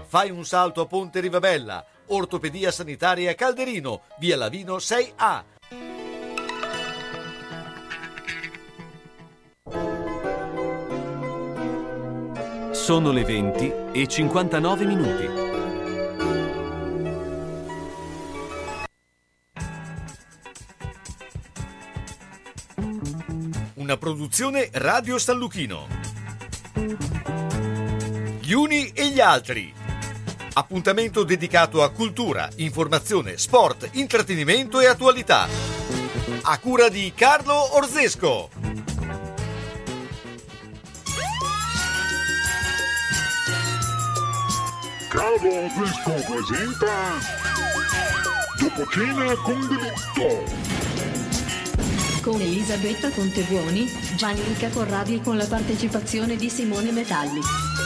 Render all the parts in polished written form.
Fai un salto a Ponte Rivabella. Ortopedia Sanitaria Calderino, via Lavino 6A. Sono le 20:59. Una produzione Radio San Luchino. Gli uni e gli altri. Appuntamento dedicato a cultura, informazione, sport, intrattenimento e attualità. A cura di Carlo Orzesco. Carlo Orzesco presenta Dopo cena con delitto, con Elisabetta Contebuoni, Gianluca Corradi e con la partecipazione di Simone Metalli.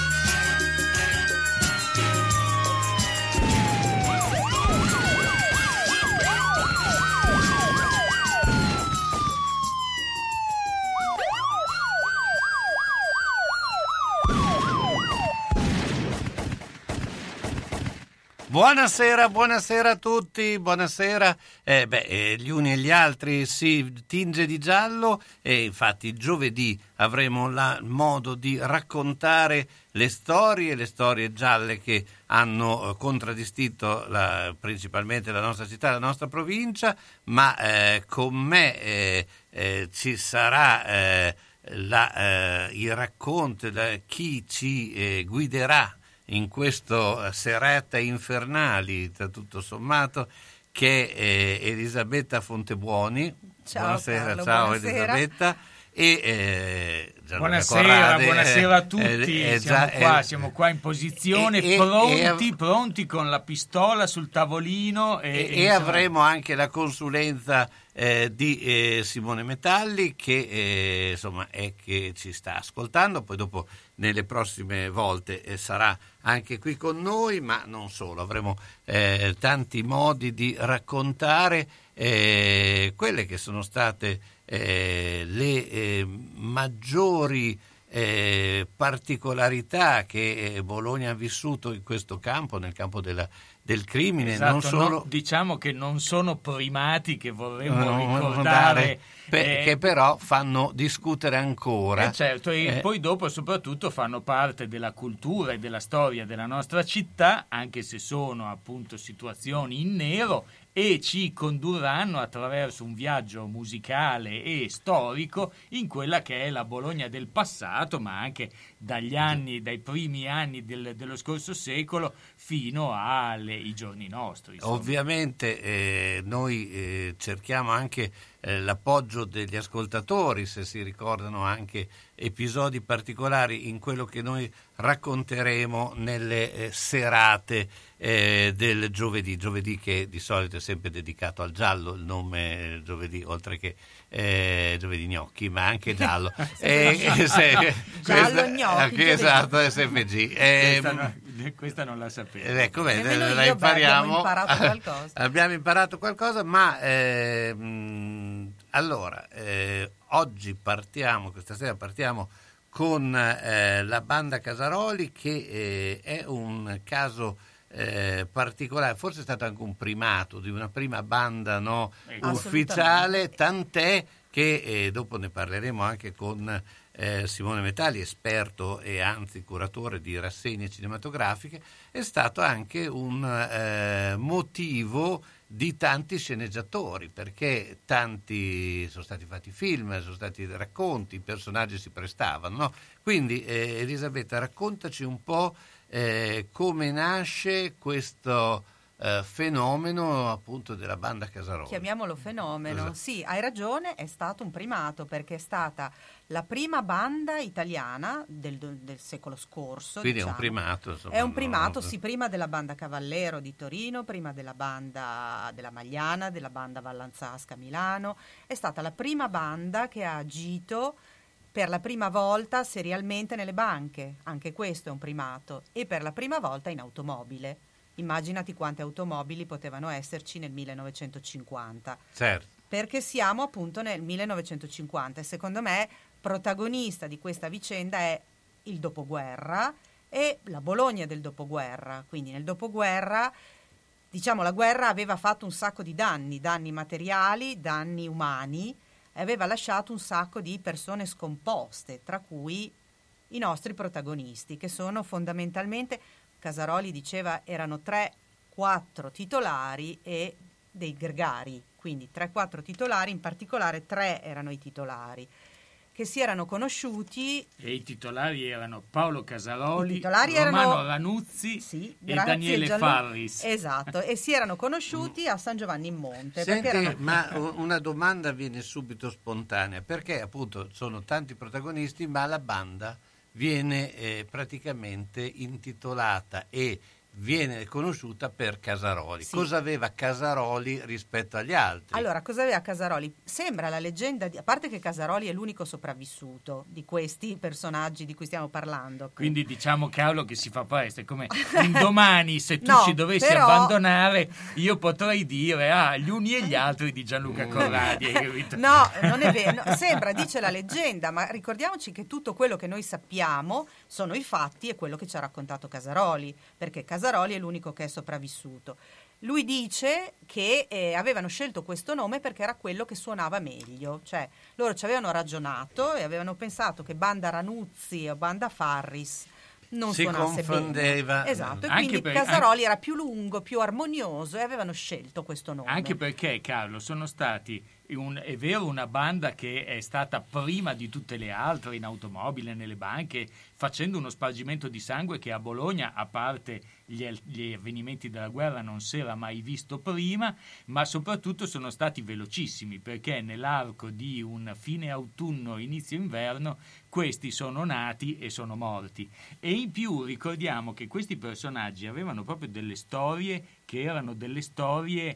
Buonasera a tutti, buonasera. Gli uni e gli altri si tinge di giallo e infatti giovedì avremo modo di raccontare le storie gialle che hanno contraddistinto principalmente la nostra città, la nostra provincia, ma con me ci sarà il racconto, chi ci guiderà in questo serate infernali, tutto sommato, che è Elisabetta Fontebuoni. Ciao, buonasera, Carlo, ciao buonasera. Elisabetta. E buonasera a tutti. Siamo qua in posizione, pronti con la pistola sul tavolino e avremo anche la consulenza di Simone Metalli che insomma è che ci sta ascoltando, poi dopo nelle prossime volte sarà anche qui con noi, ma non solo, avremo tanti modi di raccontare quelle che sono state le maggiori particolarità che Bologna ha vissuto in questo campo, nel campo del crimine. Esatto, non solo... no, diciamo che non sono primati che vorremmo ricordare, che però fanno discutere ancora. Certo, e poi dopo soprattutto fanno parte della cultura e della storia della nostra città, anche se sono appunto situazioni in nero, e ci condurranno attraverso un viaggio musicale e storico in quella che è la Bologna del passato, ma anche dai primi anni dello scorso secolo fino ai giorni nostri. Insomma. Ovviamente noi cerchiamo anche l'appoggio degli ascoltatori, se si ricordano anche episodi particolari in quello che noi racconteremo nelle serate del giovedì che di solito è sempre dedicato al giallo, il nome giovedì, oltre che giovedì gnocchi, ma anche giallo. Giallo gnocchi, esatto, SFG. Questa non la sapevo. Ecco, la impariamo. Abbiamo imparato qualcosa, ma allora oggi questa sera partiamo con la banda Casaroli, che è un caso particolare, forse è stato anche un primato di una prima banda ufficiale, tant'è che dopo ne parleremo anche con Simone Metalli, esperto e anzi curatore di rassegne cinematografiche. È stato anche un motivo di tanti sceneggiatori, perché tanti sono stati fatti film, sono stati racconti, i personaggi si prestavano, no? Quindi Elisabetta, raccontaci un po' come nasce questo fenomeno appunto della banda Casaroli. Chiamiamolo fenomeno. Esatto. Sì, hai ragione, è stato un primato perché è stata la prima banda italiana del secolo scorso. Quindi diciamo. È un primato. Insomma, è un primato, sì, prima della banda Cavallero di Torino, prima della banda della Magliana, della banda Vallanzasca Milano. È stata la prima banda che ha agito per la prima volta serialmente nelle banche, anche questo è un primato, e per la prima volta in automobile. Immaginati quante automobili potevano esserci nel 1950. Certo. Perché siamo appunto nel 1950 e secondo me protagonista di questa vicenda è il dopoguerra e la Bologna del dopoguerra. Quindi nel dopoguerra, diciamo, la guerra aveva fatto un sacco di danni materiali, danni umani, e aveva lasciato un sacco di persone scomposte, tra cui i nostri protagonisti, che sono fondamentalmente, Casaroli diceva, erano 3-4 titolari e dei gregari, quindi 3-4 titolari, in particolare 3 erano i titolari, che si erano conosciuti. E i titolari erano Paolo Casaroli, Romano Ranuzzi, sì, e Daniele Farris. Esatto, e si erano conosciuti a San Giovanni in Monte. Senti, ma una domanda viene subito spontanea, perché appunto sono tanti protagonisti, ma la banda viene praticamente intitolata e viene conosciuta per Casaroli. Sì. Cosa aveva Casaroli rispetto agli altri? Allora, cosa aveva Casaroli? Sembra la leggenda, a parte che Casaroli è l'unico sopravvissuto di questi personaggi di cui stiamo parlando. Quindi diciamo, Carlo, che si fa presto, è come un domani se tu No, ci dovessi però abbandonare, io potrei dire gli uni e gli altri di Gianluca Corradi. Hai capito? No, non è vero. No, sembra, dice la leggenda, ma ricordiamoci che tutto quello che noi sappiamo sono i fatti e quello che ci ha raccontato Casaroli, perché Casaroli è l'unico che è sopravvissuto. Lui dice che avevano scelto questo nome perché era quello che suonava meglio, cioè loro ci avevano ragionato e avevano pensato che banda Ranuzzi o banda Farris non si suonasse confondeva. bene. Esatto, e Anche quindi Casaroli era più lungo, più armonioso e avevano scelto questo nome. Anche perché, Carlo, sono stati, è vero, una banda che è stata prima di tutte le altre in automobile, nelle banche, facendo uno spargimento di sangue che a Bologna, a parte gli avvenimenti della guerra, non si era mai visto prima, ma soprattutto sono stati velocissimi, perché nell'arco di un fine autunno, inizio inverno, questi sono nati e sono morti. E in più ricordiamo che questi personaggi avevano proprio delle storie che erano delle storie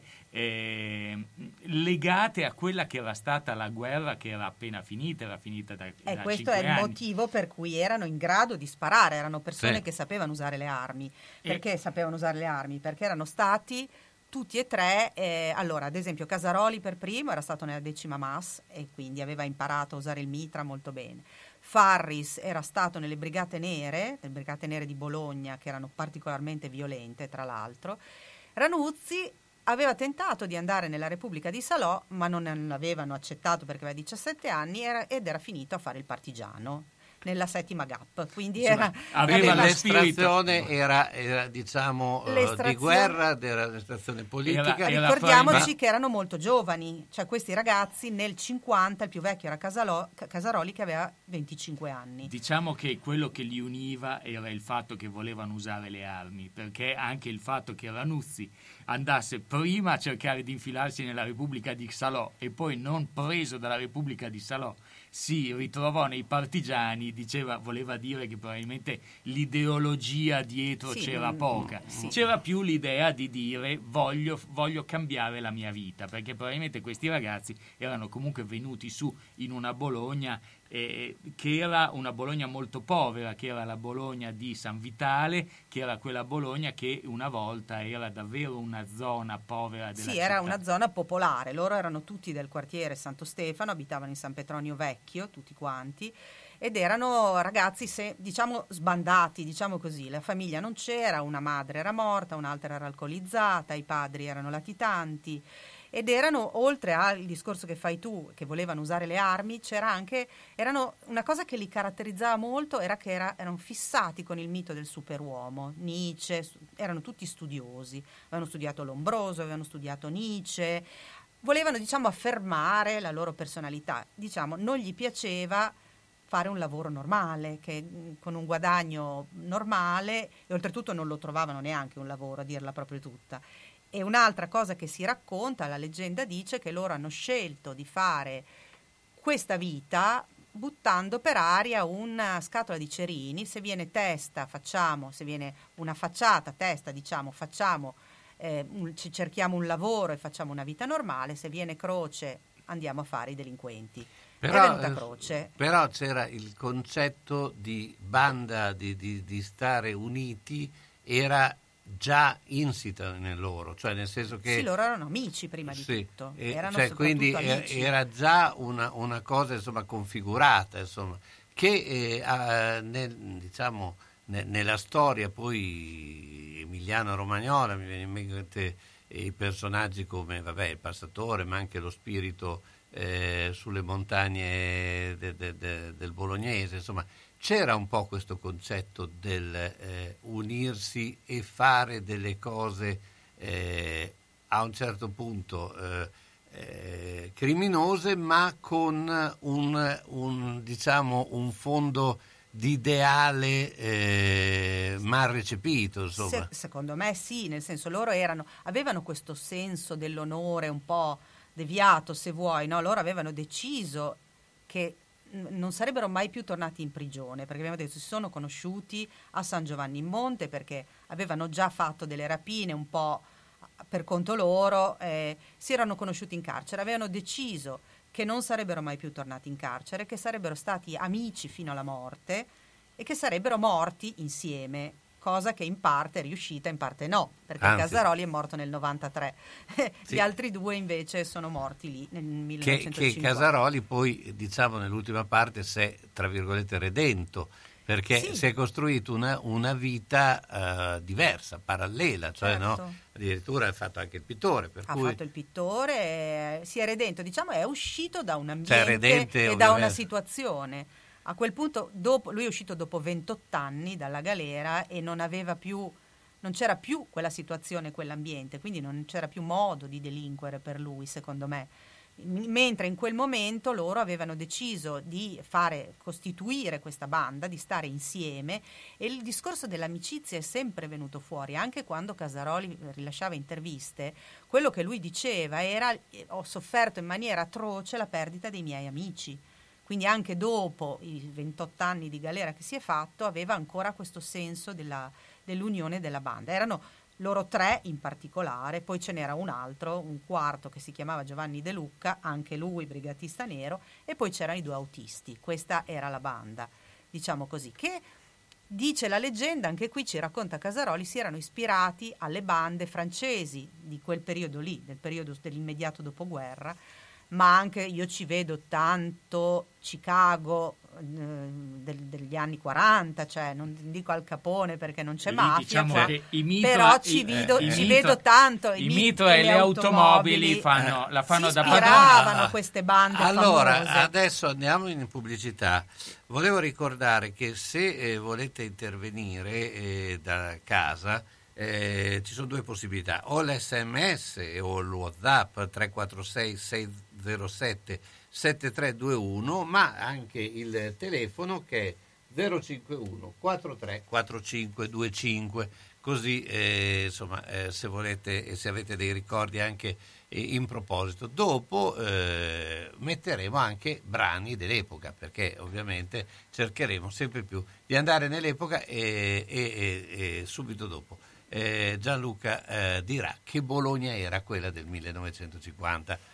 legate a quella che era stata la guerra, che era appena finita, era finita da questo 5 è il anni. motivo per cui erano in grado di sparare, erano persone Sì. che sapevano usare le armi. Perché sapevano usare le armi? Perché erano stati tutti e tre, allora ad esempio Casaroli per primo era stato nella 10ª MAS e quindi aveva imparato a usare il mitra molto bene. Farris era stato nelle Brigate Nere di Bologna, che erano particolarmente violente tra l'altro. Ranuzzi aveva tentato di andare nella Repubblica di Salò, ma non l'avevano accettato perché aveva 17 anni ed era finito a fare il partigiano nella 7ª GAP, quindi Insomma, Quindi aveva l'estrazione era diciamo di guerra, era l'estrazione politica. Ricordiamoci che erano molto giovani, cioè questi ragazzi nel 50, il più vecchio era Casaroli che aveva 25 anni. Diciamo che quello che li univa era il fatto che volevano usare le armi, perché anche il fatto che Ranuzzi andasse prima a cercare di infilarsi nella Repubblica di Salò e poi, non preso dalla Repubblica di Salò, si ritrovò nei partigiani, voleva dire che probabilmente l'ideologia dietro c'era poca, c'era più l'idea di dire voglio cambiare la mia vita, perché probabilmente questi ragazzi erano comunque venuti su in una Bologna che era una Bologna molto povera, che era la Bologna di San Vitale, che era quella Bologna che una volta era davvero una zona povera della città. Era una zona popolare, loro erano tutti del quartiere Santo Stefano, abitavano in San Petronio Vecchio, tutti quanti, ed erano ragazzi diciamo sbandati, diciamo così. La famiglia non c'era, una madre era morta, un'altra era alcolizzata, i padri erano latitanti. Ed erano, oltre al discorso che fai tu, che volevano usare le armi, c'era anche, una cosa che li caratterizzava molto era che erano fissati con il mito del superuomo. Nietzsche, erano tutti studiosi, avevano studiato Lombroso, avevano studiato Nietzsche, volevano diciamo affermare la loro personalità, diciamo non gli piaceva fare un lavoro normale, con un guadagno normale, e oltretutto non lo trovavano neanche un lavoro, a dirla proprio tutta. E un'altra cosa che si racconta, la leggenda dice che loro hanno scelto di fare questa vita buttando per aria una scatola di cerini. Se viene testa facciamo, se viene una facciata testa diciamo facciamo, cerchiamo un lavoro e facciamo una vita normale, se viene croce andiamo a fare i delinquenti. È venuta croce. Però c'era il concetto di banda, di stare uniti, era già insita nel loro, cioè nel senso che loro erano amici prima di tutto, erano quindi amici. Era già una cosa insomma configurata, insomma, che diciamo nella storia poi emiliano-romagnola, mi viene in mente i personaggi come il Passatore, ma anche lo spirito sulle montagne del Bolognese, insomma c'era un po' questo concetto del unirsi e fare delle cose a un certo punto criminose, ma con un fondo di ideale mal recepito, insomma. Secondo me sì, nel senso loro avevano questo senso dell'onore un po' deviato, se vuoi, no? Loro avevano deciso che non sarebbero mai più tornati in prigione, perché abbiamo detto si sono conosciuti a San Giovanni in Monte perché avevano già fatto delle rapine un po' per conto loro, si erano conosciuti in carcere, avevano deciso che non sarebbero mai più tornati in carcere, che sarebbero stati amici fino alla morte e che sarebbero morti insieme, cosa che in parte è riuscita, in parte no, perché Casaroli è morto nel 93, sì. Gli altri due invece sono morti lì nel 1950. Che Casaroli poi, diciamo, nell'ultima parte si è, tra virgolette, redento, perché sì, si è costruito una vita diversa, parallela, cioè certo. no? Addirittura ha fatto anche il pittore. Fatto il pittore, si è redento, diciamo, è uscito da un ambiente redente, e ovviamente. da una situazione. A quel punto, lui è uscito dopo 28 anni dalla galera e non c'era più quella situazione, quell'ambiente, quindi non c'era più modo di delinquere per lui, secondo me. Mentre in quel momento loro avevano deciso di costituire questa banda, di stare insieme, e il discorso dell'amicizia è sempre venuto fuori, anche quando Casaroli rilasciava interviste. Quello che lui diceva era: ho sofferto in maniera atroce la perdita dei miei amici. Quindi anche dopo i 28 anni di galera che si è fatto aveva ancora questo senso dell'unione della banda. Erano loro tre in particolare, poi ce n'era un quarto che si chiamava Giovanni De Lucca, anche lui brigatista nero, e poi c'erano i due autisti. Questa era la banda, diciamo così, che dice la leggenda, anche qui ci racconta Casaroli, si erano ispirati alle bande francesi di quel periodo lì, del periodo dell'immediato dopoguerra, ma anche io ci vedo tanto Chicago degli anni 40, cioè non dico Al Capone perché non c'è mafia, diciamo che però ci vedo tanto i mito e le automobili la fanno da padrone. Ispiravano queste bande allora famose. Adesso andiamo in pubblicità. Volevo ricordare che se volete intervenire da casa, ci sono due possibilità: o l'SMS o il WhatsApp 346 607 7321, ma anche il telefono che è 051 43 4525, così insomma se volete e se avete dei ricordi anche in proposito. Dopo metteremo anche brani dell'epoca, perché ovviamente cercheremo sempre più di andare nell'epoca e subito dopo Gianluca dirà che Bologna era quella del 1950.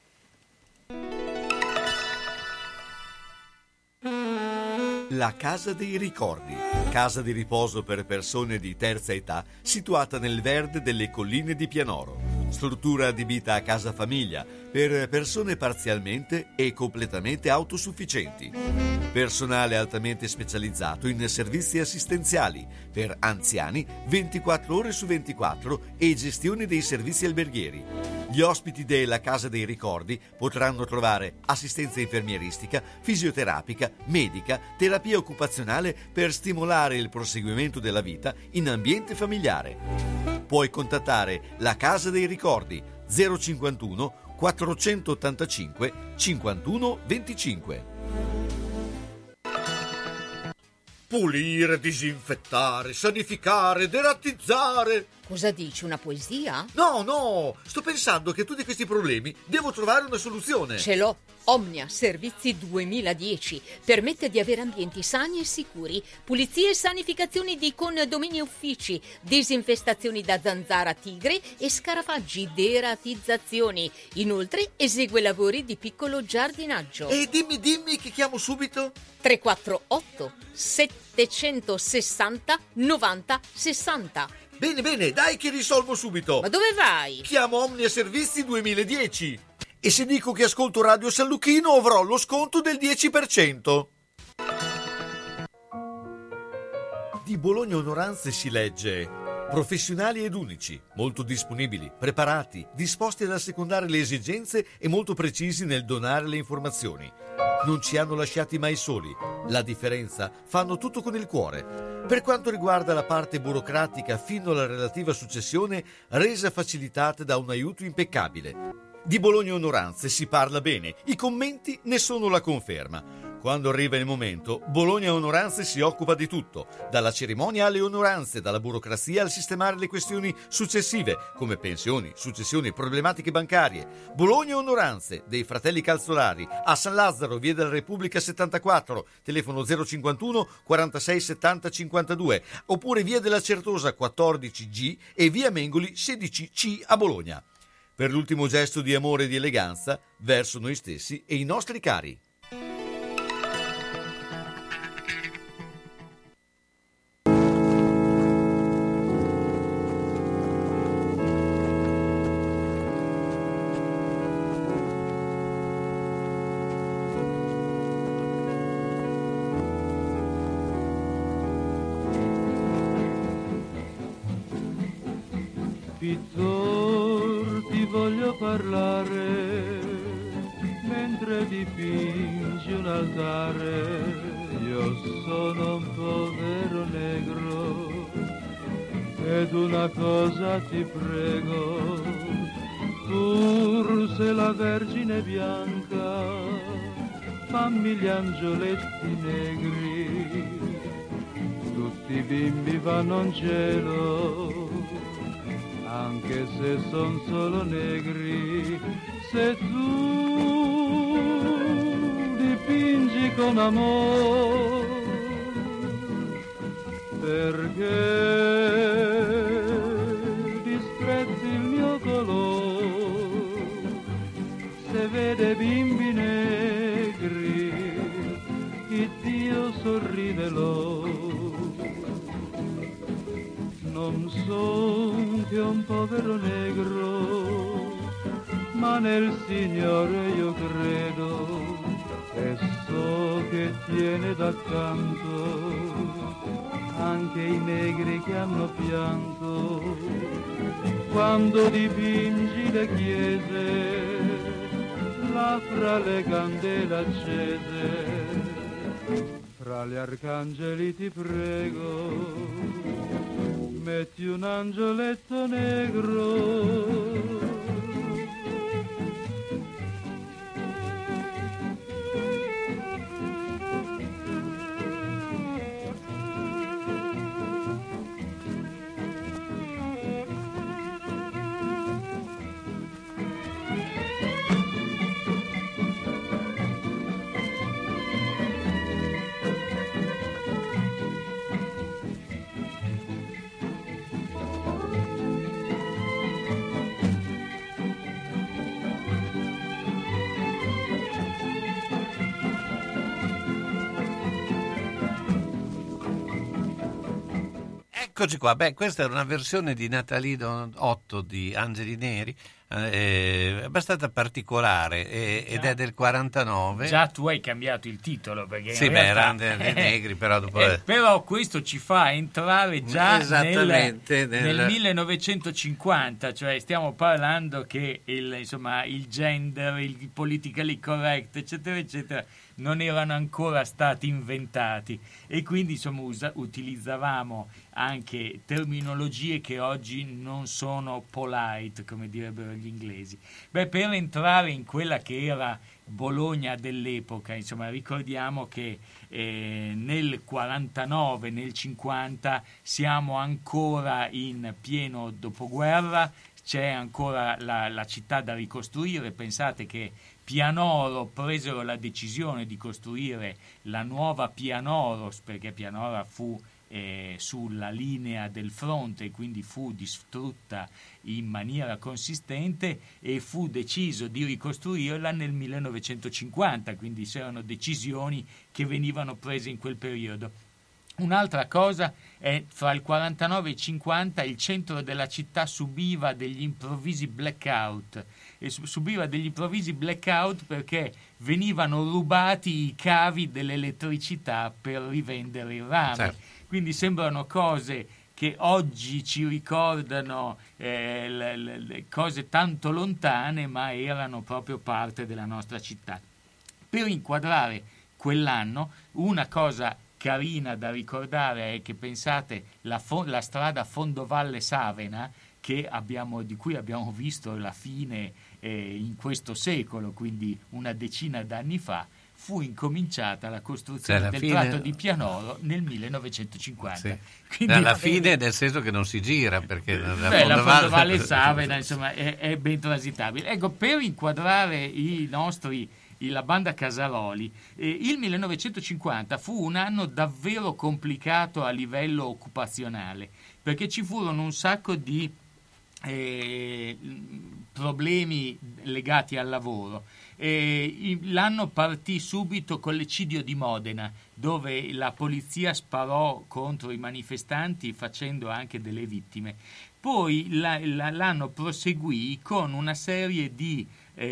La Casa dei Ricordi, casa di riposo per persone di terza età, situata nel verde delle colline di Pianoro. Struttura adibita a casa famiglia per persone parzialmente e completamente autosufficienti. Personale altamente specializzato in servizi assistenziali per anziani 24 ore su 24 e gestione dei servizi alberghieri. Gli ospiti della Casa dei Ricordi potranno trovare assistenza infermieristica, fisioterapica, medica, terapia occupazionale per stimolare il proseguimento della vita in ambiente familiare. Puoi contattare la Casa dei Ricordi 051 485 51 25. Pulire, disinfettare, sanificare, derattizzare. Cosa dici, una poesia? No, sto pensando che a tutti questi problemi devo trovare una soluzione. Ce l'ho. Omnia Servizi 2010 permette di avere ambienti sani e sicuri, pulizie e sanificazioni di condomini e uffici, disinfestazioni da zanzara tigre e scarafaggi, deratizzazioni. Inoltre esegue lavori di piccolo giardinaggio. E dimmi che chiamo subito. 348 760 90 60. Bene, dai che risolvo subito. Ma dove vai? Chiamo Omnia Servizi 2010. E se dico che ascolto Radio San Lucchino avrò lo sconto del 10%. Di Bologna Onoranze si legge: professionali ed unici, molto disponibili, preparati, disposti ad assecondare le esigenze e molto precisi nel donare le informazioni. Non ci hanno lasciati mai soli. La differenza fanno tutto con il cuore. Per quanto riguarda la parte burocratica fino alla relativa successione, resa facilitata da un aiuto impeccabile. Di Bologna Onoranze si parla bene, i commenti ne sono la conferma. Quando arriva il momento, Bologna Onoranze si occupa di tutto, dalla cerimonia alle onoranze, dalla burocrazia al sistemare le questioni successive, come pensioni, successioni, problematiche bancarie. Bologna Onoranze, dei fratelli Calzolari, a San Lazzaro, via della Repubblica 74, telefono 051 46 70 52, oppure via della Certosa 14G e via Mengoli 16C a Bologna. Per l'ultimo gesto di amore e di eleganza verso noi stessi e i nostri cari. Pittor, ti voglio parlare mentre dipingi un altare. Io sono un povero negro ed una cosa ti prego, pur se la Vergine bianca, fammi gli angioletti negri. Tutti i bimbi vanno in cielo, anche se son solo negri. Se tu dipingi con amor, perché disprezzi il mio color? Se vede bimbi negri, Dio sorride loro. Non son che un povero negro, ma nel Signore io credo, e so che tiene d'accanto anche i negri che hanno pianto. Quando dipingi le chiese, là fra le candele accese, fra gli arcangeli ti prego, metti un angioletto negro. Eccoci qua, questa era una versione di Natalino 8 di Angeli Neri, abbastanza particolare ed è del 49. Già tu hai cambiato il titolo perché sì, erano dei negri, però dopo però questo ci fa entrare già nel 1950, cioè stiamo parlando che il gender, il politically correct, eccetera eccetera, non erano ancora stati inventati e quindi utilizzavamo anche terminologie che oggi non sono polite, come direbbero gli inglesi. Per entrare in quella che era Bologna dell'epoca, ricordiamo che nel 49, nel 50 siamo ancora in pieno dopoguerra, c'è ancora la città da ricostruire. Pensate che Pianoro presero la decisione di costruire la nuova Pianoro, perché Pianoro fu sulla linea del fronte e quindi fu distrutta in maniera consistente e fu deciso di ricostruirla nel 1950, quindi c'erano decisioni che venivano prese in quel periodo. Un'altra cosa è fra il 49 e il 50 il centro della città subiva degli improvvisi blackout, e subiva degli improvvisi blackout perché venivano rubati i cavi dell'elettricità per rivendere il rame. Certo. Quindi sembrano cose che oggi ci ricordano le cose tanto lontane, ma erano proprio parte della nostra città. Per inquadrare quell'anno, una cosa carina da ricordare è che, pensate, la strada Fondovalle Savena, di cui abbiamo visto la fine in questo secolo, quindi una decina d'anni fa, fu incominciata la costruzione del tratto di Pianoro nel 1950. Sì. Quindi, alla fine, nel senso che non si gira, perché la Fondovalle Savena insomma è ben transitabile. Ecco, per inquadrare la banda Casaroli, il 1950 fu un anno davvero complicato a livello occupazionale, perché ci furono un sacco di problemi legati al lavoro. L'anno partì subito con l'eccidio di Modena, dove la polizia sparò contro i manifestanti facendo anche delle vittime. Poi l'anno proseguì con una serie di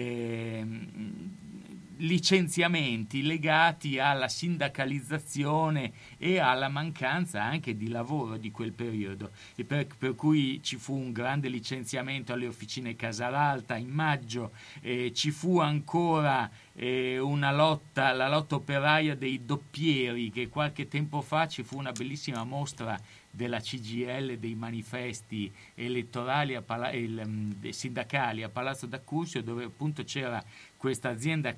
licenziamenti legati alla sindacalizzazione e alla mancanza anche di lavoro di quel periodo, e per cui ci fu un grande licenziamento alle officine Casalalta in maggio, ci fu ancora la lotta operaia dei doppieri, che qualche tempo fa ci fu una bellissima mostra della CGIL, dei manifesti elettorali sindacali a Palazzo d'Accursio, dove appunto c'era questa azienda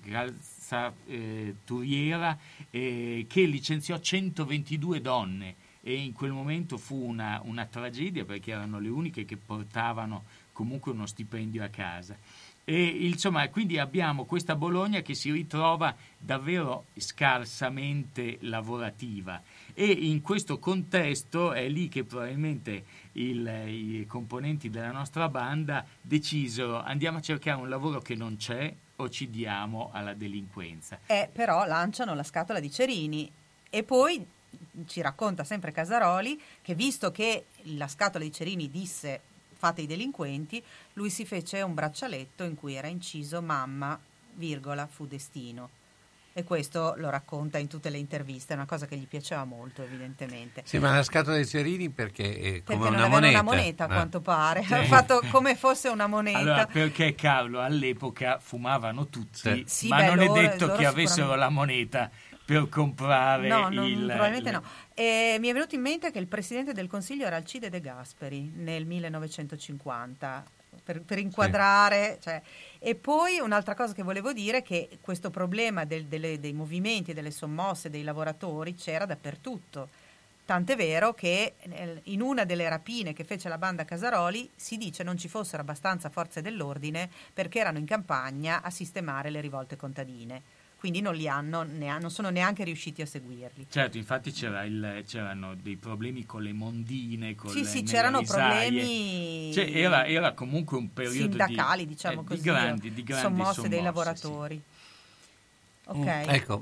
calzaturiera che licenziò 122 donne, e in quel momento fu una tragedia, perché erano le uniche che portavano comunque uno stipendio a casa. E insomma, quindi abbiamo questa Bologna che si ritrova davvero scarsamente lavorativa, e in questo contesto è lì che probabilmente i componenti della nostra banda decisero: andiamo a cercare un lavoro che non c'è o ci diamo alla delinquenza. Però lanciano la scatola di cerini, e poi ci racconta sempre Casaroli che, visto che la scatola di cerini disse fate i delinquenti, lui si fece un braccialetto in cui era inciso mamma, fu destino. E questo lo racconta in tutte le interviste, è una cosa che gli piaceva molto, evidentemente. Sì, ma la scatola dei cerini perché come non una aveva moneta. una moneta, a quanto pare. Ha fatto come fosse una moneta. Allora, perché, Carlo, all'epoca fumavano tutti, sì, ma non loro, è detto che avessero la moneta per comprare probabilmente no. E mi è venuto in mente che il presidente del Consiglio era Alcide De Gasperi nel 1950, per inquadrare. Sì. E poi un'altra cosa che volevo dire è che questo problema dei movimenti, delle sommosse dei lavoratori c'era dappertutto. Tant'è vero che in una delle rapine che fece la banda Casaroli si dice non ci fossero abbastanza forze dell'ordine perché erano in campagna a sistemare le rivolte contadine. Quindi non sono neanche riusciti a seguirli. Certo, infatti c'erano dei problemi con le mondine, c'erano risaie. Problemi era comunque un periodo sindacali, diciamo così, di grandi sommosse dei lavoratori. Sì. Ok. Ecco,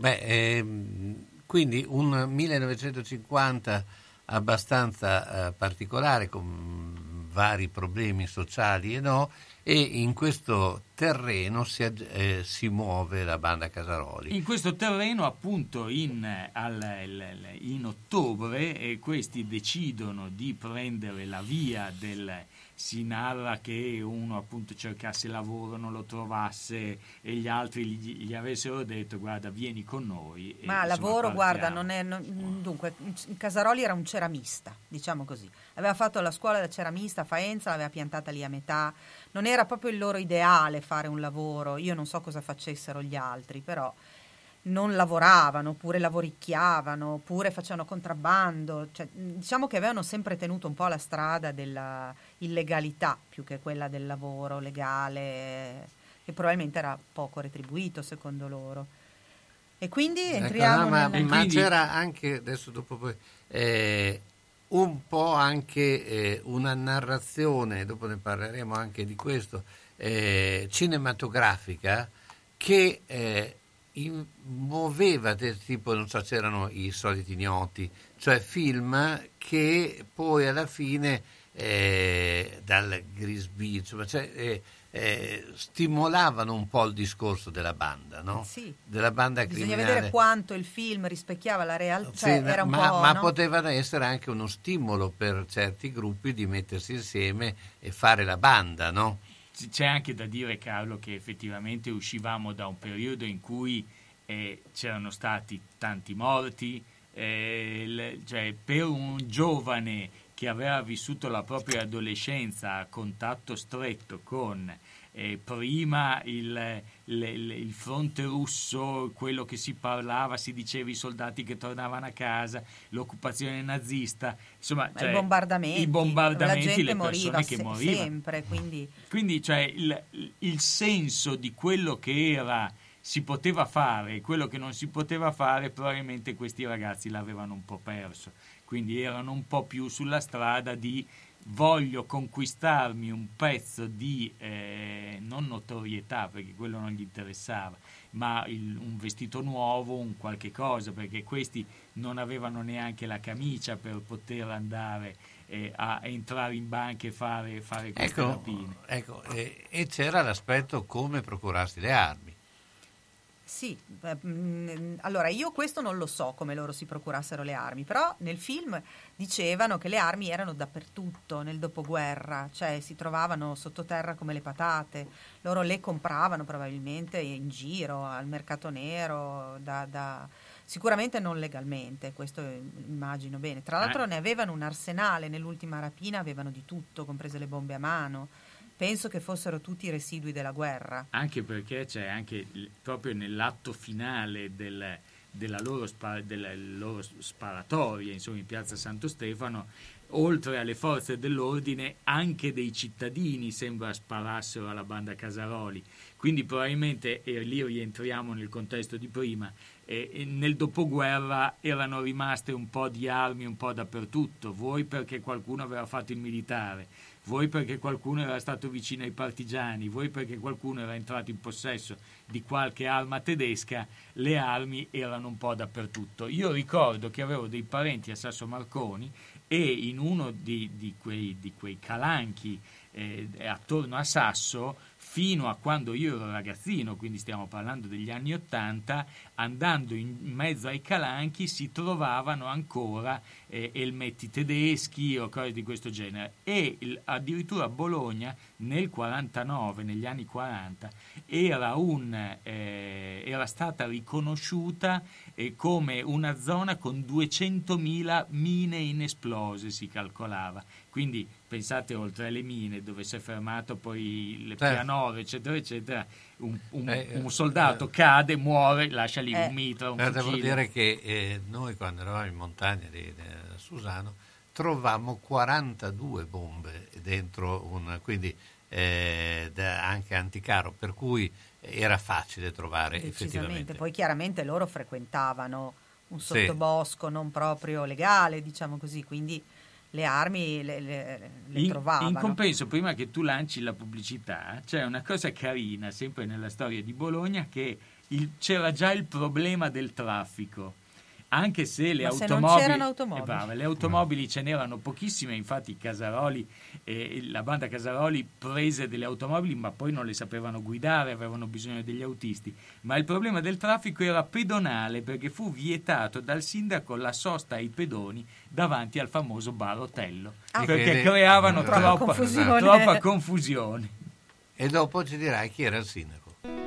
quindi un 1950 abbastanza particolare, con vari problemi sociali e in questo terreno si muove la banda Casaroli. In questo terreno, appunto, in ottobre questi decidono di prendere la via si narra che uno appunto cercasse lavoro, non lo trovasse, e gli altri gli avessero detto: guarda, vieni con noi. Ma lavoro, guarda, dunque, Casaroli era un ceramista, diciamo così. Aveva fatto la scuola da ceramista a Faenza, l'aveva piantata lì a metà. Non era proprio il loro ideale fare un lavoro. Io non so cosa facessero gli altri, però non lavoravano, oppure lavoricchiavano, oppure facevano contrabbando. Cioè, diciamo che avevano sempre tenuto un po' la strada della illegalità più che quella del lavoro legale, che probabilmente era poco retribuito secondo loro. E quindi entriamo ma c'era anche, adesso dopo poi un po' anche una narrazione, dopo ne parleremo anche di questo, cinematografica, che muoveva tipo, non so, c'erano I Soliti Ignoti, cioè film che poi alla fine dal Grease Beach, cioè, stimolavano un po' il discorso della banda, no? Sì. Della banda criminale. Bisogna vedere quanto il film rispecchiava la realtà, Sì, cioè, era un ma po', no? potevano essere anche uno stimolo per certi gruppi di mettersi insieme e fare la banda, no? C'è anche da dire, Carlo, che effettivamente uscivamo da un periodo in cui c'erano stati tanti morti, cioè per un giovane che aveva vissuto la propria adolescenza a contatto stretto con prima il fronte russo, quello che si parlava, si diceva i soldati che tornavano a casa, l'occupazione nazista, insomma, cioè, i bombardamenti, la gente le moriva persone che morivano. sempre, quindi cioè, il senso di quello che si poteva fare e quello che non si poteva fare, probabilmente questi ragazzi l'avevano un po' perso, quindi erano un po' più sulla strada di voglio conquistarmi un pezzo di non notorietà, perché quello non gli interessava, ma un vestito nuovo, un qualche cosa, perché questi non avevano neanche la camicia per poter andare a entrare in banca e fare queste rapine. Ecco, e c'era l'aspetto come procurarsi le armi. Sì, allora io questo non lo so come loro si procurassero le armi, però nel film dicevano che le armi erano dappertutto nel dopoguerra, cioè si trovavano sottoterra come le patate, loro le compravano probabilmente in giro, al mercato nero, sicuramente non legalmente, questo immagino bene. Tra l'altro ne avevano un arsenale, nell'ultima rapina avevano di tutto, comprese le bombe a mano. Penso che fossero tutti i residui della guerra. Anche perché c'è anche proprio nell'atto finale della loro sparatoria, insomma, in piazza Santo Stefano, oltre alle forze dell'ordine, anche dei cittadini sembra sparassero alla banda Casaroli. Quindi probabilmente, e lì rientriamo nel contesto di prima, nel dopoguerra erano rimaste un po' di armi un po' dappertutto, voi perché qualcuno aveva fatto il militare, voi perché qualcuno era stato vicino ai partigiani, voi perché qualcuno era entrato in possesso di qualche arma tedesca, le armi erano un po' dappertutto. Io ricordo che avevo dei parenti a Sasso Marconi e in uno di quei calanchi attorno a Sasso, fino a quando io ero ragazzino, quindi stiamo parlando degli anni '80, andando in mezzo ai calanchi si trovavano ancora elmetti tedeschi o cose di questo genere, e addirittura Bologna nel 49, negli anni 40, era stata riconosciuta come una zona con 200.000 mine inesplose, si calcolava. Quindi pensate, oltre alle mine dove si è fermato poi le pianore eccetera eccetera, un soldato cade, muore, lascia lì un mitra, un fucile. Devo dire che noi quando eravamo in montagna di Susano trovammo 42 bombe dentro quindi anche anticaro, per cui era facile trovare effettivamente. Poi chiaramente loro frequentavano un sottobosco non proprio legale, diciamo così, quindi le armi le trovavano. In compenso, prima che tu lanci la pubblicità, c'è una cosa carina sempre nella storia di Bologna, che c'era già il problema del traffico. Anche se le automobili, non c'erano automobili. Le automobili ce n'erano pochissime, infatti Casaroli, la banda Casaroli prese delle automobili ma poi non le sapevano guidare, avevano bisogno degli autisti, ma il problema del traffico era pedonale, perché fu vietato dal sindaco la sosta ai pedoni davanti al famoso bar Otello, perché creavano troppa confusione. E dopo ci dirai chi era il sindaco.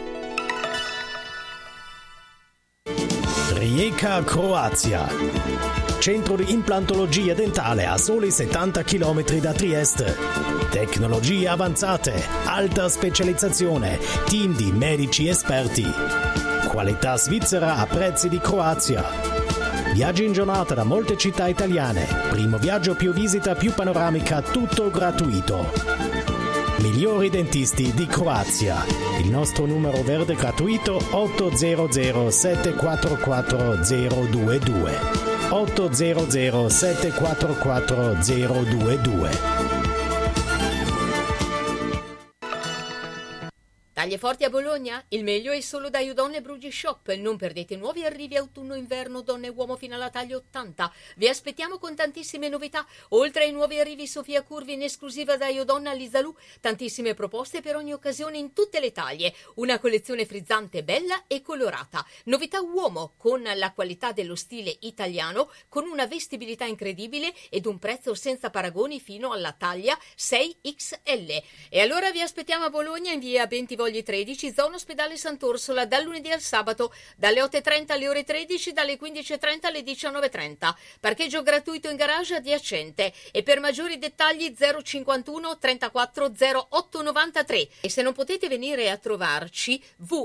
Rijeka, Croazia. Centro di implantologia dentale a soli 70 km da Trieste. Tecnologie avanzate, alta specializzazione, team di medici esperti. Qualità svizzera a prezzi di Croazia. Viaggi in giornata da molte città italiane. Primo viaggio più visita più panoramica, tutto gratuito. Migliori dentisti di Croazia. Il nostro numero verde gratuito 800 744 022. 800 744 022. Taglie forti a Bologna? Il meglio è solo da Iodonne Brugi Shop. Non perdete nuovi arrivi autunno-inverno donna e uomo fino alla taglia 80. Vi aspettiamo con tantissime novità. Oltre ai nuovi arrivi Sofia Curvi in esclusiva da Iodonna Lisalù, tantissime proposte per ogni occasione in tutte le taglie. Una collezione frizzante, bella e colorata. Novità uomo con la qualità dello stile italiano, con una vestibilità incredibile ed un prezzo senza paragoni fino alla taglia 6XL. E allora vi aspettiamo a Bologna in via Bentivogli 13, zona ospedale Sant'Orsola, dal lunedì al sabato, dalle 8.30 alle ore 13, dalle 15.30 alle 19.30. Parcheggio gratuito in garage adiacente. E per maggiori dettagli 051 34 08 93. E se non potete venire a trovarci,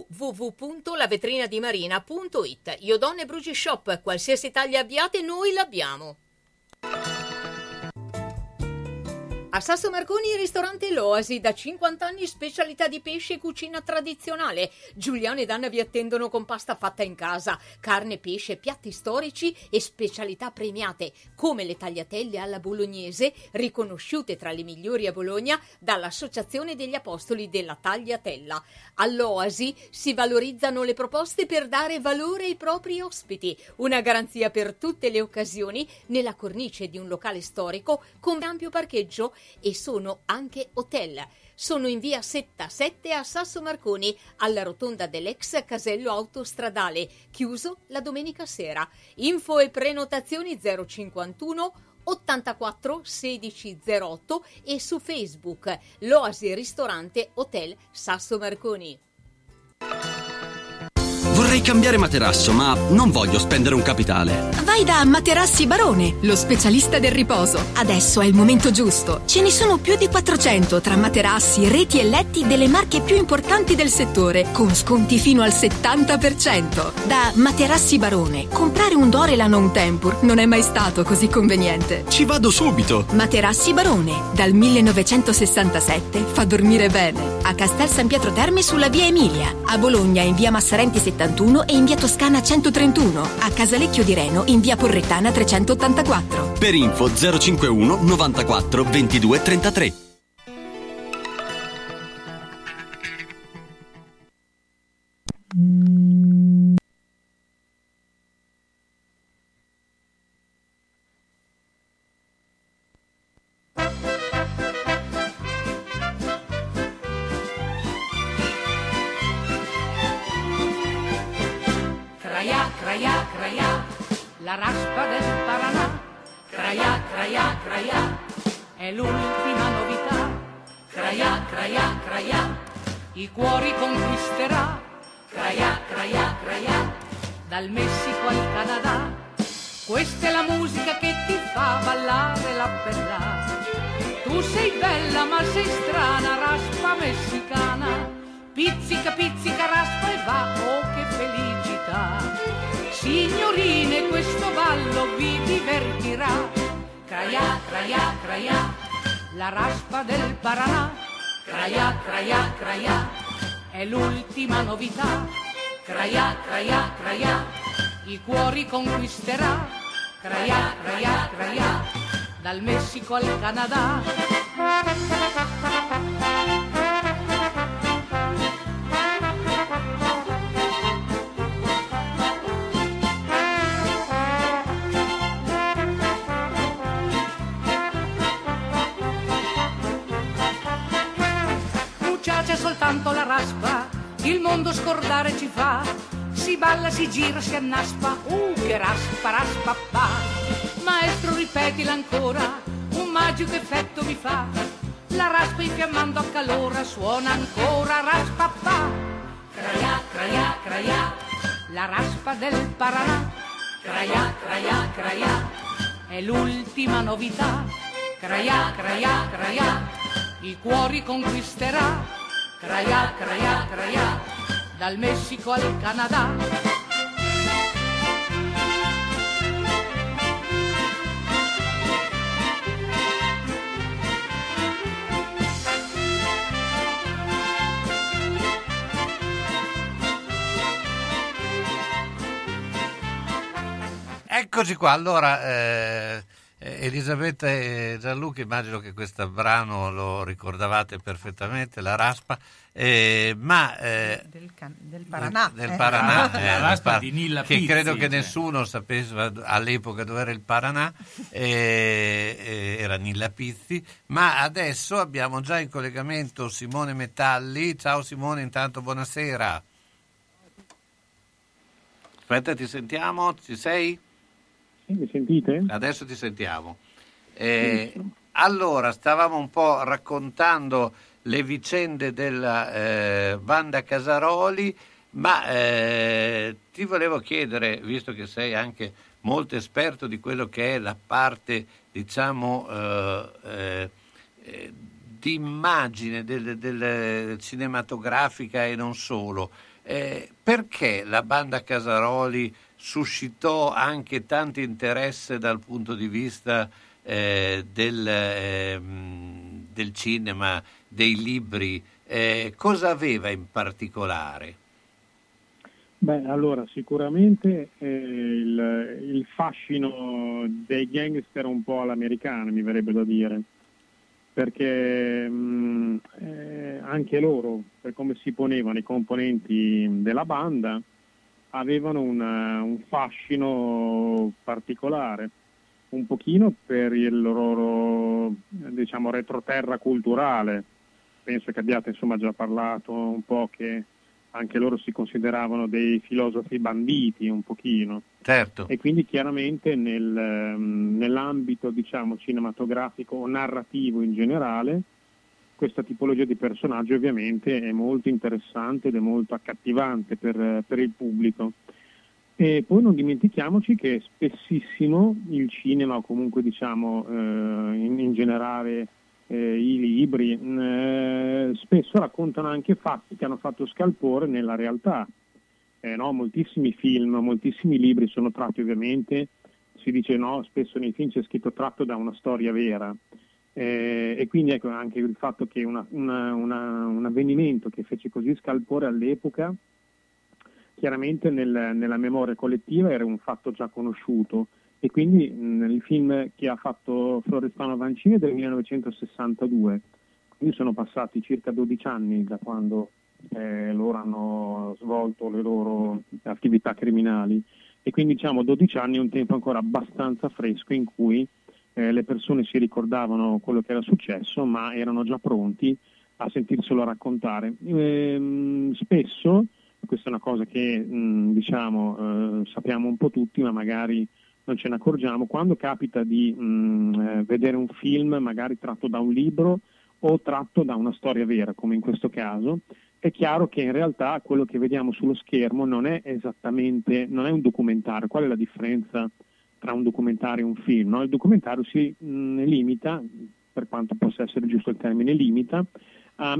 www.lavetrinadimarina.it. Iodonne Brugi Shop, qualsiasi taglia abbiate noi l'abbiamo. A Sasso Marconi il ristorante L'Oasi, da 50 anni specialità di pesce e cucina tradizionale. Giuliano ed Anna vi attendono con pasta fatta in casa, carne, pesce, piatti storici e specialità premiate, come le tagliatelle alla bolognese, riconosciute tra le migliori a Bologna dall'Associazione degli Apostoli della Tagliatella. All'Oasi si valorizzano le proposte per dare valore ai propri ospiti, una garanzia per tutte le occasioni nella cornice di un locale storico con ampio parcheggio, e sono anche hotel. Sono in via Setta 7 a Sasso Marconi, alla rotonda dell'ex casello autostradale, chiuso la domenica sera. Info e prenotazioni 051 84 16 08 e su Facebook L'Oasi Ristorante Hotel Sasso Marconi. Vorrei cambiare materasso, ma non voglio spendere un capitale. Vai da Materassi Barone, lo specialista del riposo. Adesso è il momento giusto. Ce ne sono più di 400 tra materassi, reti e letti delle marche più importanti del settore, con sconti fino al 70%. Da Materassi Barone, comprare un Dorelan o un Tempur non è mai stato così conveniente. Ci vado subito. Materassi Barone, dal 1967 fa dormire bene. A Castel San Pietro Terme sulla via Emilia, a Bologna in via Massarenti 71 e in via Toscana 131, a Casalecchio di Reno in via Porrettana 384. Per info 051 94 22 33. La raspa del Paraná, craià, craià, craià, è l'ultima novità. Craià, craià, craià, i cuori conquisterà. Craià, craià, craià, dal Messico al Canada. Questa è la musica che ti fa ballare la bella. Tu sei bella ma sei strana, raspa messicana. Pizzica, pizzica, raspa e va, oh che felicità. Signorine, questo ballo vi divertirà. Craià, craià, craià, la raspa del Paraná. Craià, craià, craià, è l'ultima novità. Craià, craià, craià, i cuori conquisterà. Craià, craià, craià, dal Messico al Canada. C'è soltanto la raspa, il mondo scordare ci fa. Si balla, si gira, si annaspa, che raspa, raspa, pa. Maestro, ripetila ancora, un magico effetto mi fa. La raspa infiammando a calora suona ancora, raspa, pa. Craià, craià, craià, la raspa del Paraná. Craià, craià, craià, è l'ultima novità. Craià, craià, craià, i cuori conquisterà. Craià, craià, craià, dal Messico al Canada. Eccoci qua, allora Elisabetta e Gianluca, immagino che questo brano lo ricordavate perfettamente, La Raspa, del Paranà. Del Paranà, La Raspa di Nilla che Pizzi, credo che cioè. nessuno sapesse all'epoca dove era il Paranà, era Nilla Pizzi, ma adesso abbiamo già in collegamento Simone Metalli. Ciao Simone, intanto buonasera. Aspetta, ti sentiamo? Ci sei? Mi sentite? Adesso ti sentiamo. Allora, stavamo un po' raccontando le vicende della banda Casaroli, ma ti volevo chiedere, visto che sei anche molto esperto di quello che è la parte, diciamo, di immagine del cinematografica e non solo, perché la banda Casaroli suscitò anche tanto interesse dal punto di vista del cinema, dei libri? Cosa aveva in particolare? Beh, allora sicuramente il fascino dei gangster un po' all'americana, mi verrebbe da dire, perché anche loro, per come si ponevano i componenti della banda, avevano un fascino particolare, un pochino per il loro, diciamo, retroterra culturale. Penso che abbiate insomma già parlato un po' che anche loro si consideravano dei filosofi banditi un pochino. Certo. E quindi chiaramente nell'ambito, diciamo, cinematografico o narrativo in generale, questa tipologia di personaggio ovviamente è molto interessante ed è molto accattivante per il pubblico. E poi non dimentichiamoci che spessissimo il cinema, o comunque diciamo in generale i libri, spesso raccontano anche fatti che hanno fatto scalpore nella realtà. No? Moltissimi film, moltissimi libri sono tratti, ovviamente, si dice no, spesso nei film c'è scritto tratto da una storia vera. E quindi ecco anche il fatto che un avvenimento che fece così scalpore all'epoca, chiaramente nella memoria collettiva era un fatto già conosciuto, e quindi il film che ha fatto Florestano Vancini è del 1962, quindi sono passati circa 12 anni da quando loro hanno svolto le loro attività criminali, e quindi diciamo 12 anni è un tempo ancora abbastanza fresco in cui le persone si ricordavano quello che era successo, ma erano già pronti a sentirselo raccontare. Spesso, questa è una cosa che sappiamo un po' tutti, ma magari non ce ne accorgiamo, quando capita di vedere un film magari tratto da un libro o tratto da una storia vera, come in questo caso, è chiaro che in realtà quello che vediamo sullo schermo non è un documentario. Qual è la differenza tra un documentario e un film? No? Il documentario si limita, per quanto possa essere giusto il termine limita, a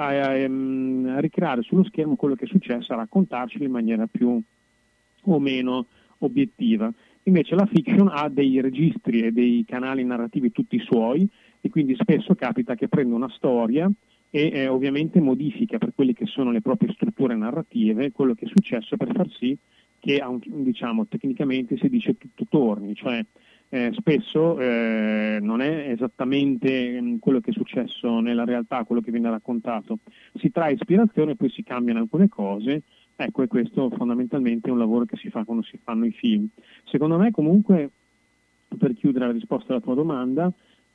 ricreare sullo schermo quello che è successo, a raccontarcelo in maniera più o meno obiettiva. Invece la fiction ha dei registri e dei canali narrativi tutti suoi, e quindi spesso capita che prenda una storia e ovviamente modifica per quelle che sono le proprie strutture narrative quello che è successo, per far sì che, diciamo, tecnicamente si dice tutto torni, cioè spesso non è esattamente quello che è successo nella realtà, quello che viene raccontato, si trae ispirazione e poi si cambiano alcune cose. Ecco, e questo fondamentalmente è un lavoro che si fa quando si fanno i film. Secondo me, comunque, per chiudere la risposta alla tua domanda,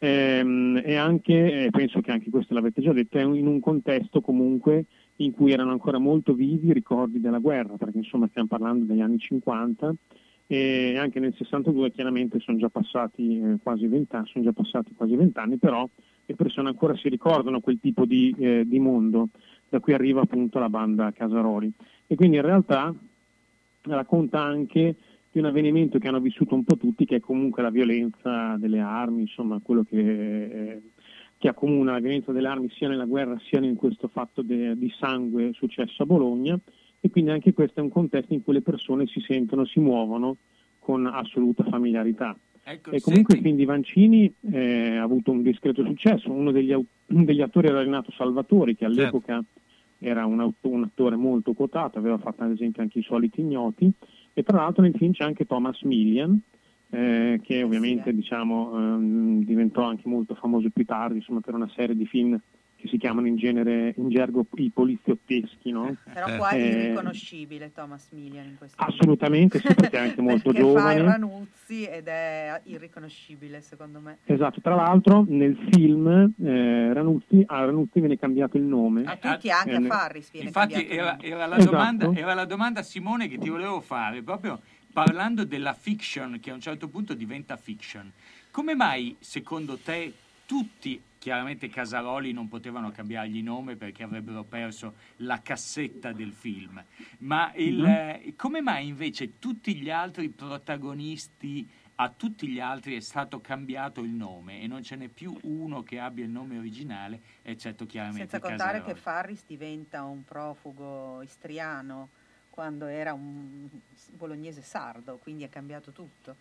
è anche, penso che anche questo l'avete già detto, è in un contesto comunque in cui erano ancora molto vivi i ricordi della guerra, perché insomma stiamo parlando degli anni 50, e anche nel 62 chiaramente sono già passati quasi 20 anni, però le persone ancora si ricordano quel tipo di mondo da cui arriva appunto la banda Casaroli, e quindi in realtà racconta anche di un avvenimento che hanno vissuto un po' tutti, che è comunque la violenza delle armi, insomma quello che accomuna la violenza delle armi sia nella guerra sia in questo fatto di sangue successo a Bologna, e quindi anche questo è un contesto in cui le persone si muovono con assoluta familiarità. Ecco, e comunque il film di Vancini ha avuto un discreto successo. Uno degli attori era Renato Salvatori, che all'epoca era un attore molto quotato, aveva fatto ad esempio anche I Soliti Ignoti, e tra l'altro nel film c'è anche Thomas Millian, che ovviamente diventò anche molto famoso più tardi, insomma, per una serie di film che si chiamano in gergo i poliziotteschi, no? Però qua è irriconoscibile Thomas Milian in questo assolutamente, sì, perché è anche molto giovane. Fa i Ranuzzi ed è irriconoscibile secondo me. Esatto, tra l'altro nel film a Ranuzzi viene cambiato il nome. A tutti, anche a Farris viene infatti cambiato era la esatto. Era la domanda, Simone, che ti volevo fare, proprio parlando della fiction, che a un certo punto diventa fiction. Come mai, secondo te, tutti, chiaramente Casaroli non potevano cambiargli nome perché avrebbero perso la cassetta del film, ma come mai invece tutti gli altri protagonisti, a tutti gli altri è stato cambiato il nome e non ce n'è più uno che abbia il nome originale, eccetto chiaramente senza contare Casaroli. che Farris diventa un profugo istriano quando era un bolognese sardo, quindi è cambiato tutto.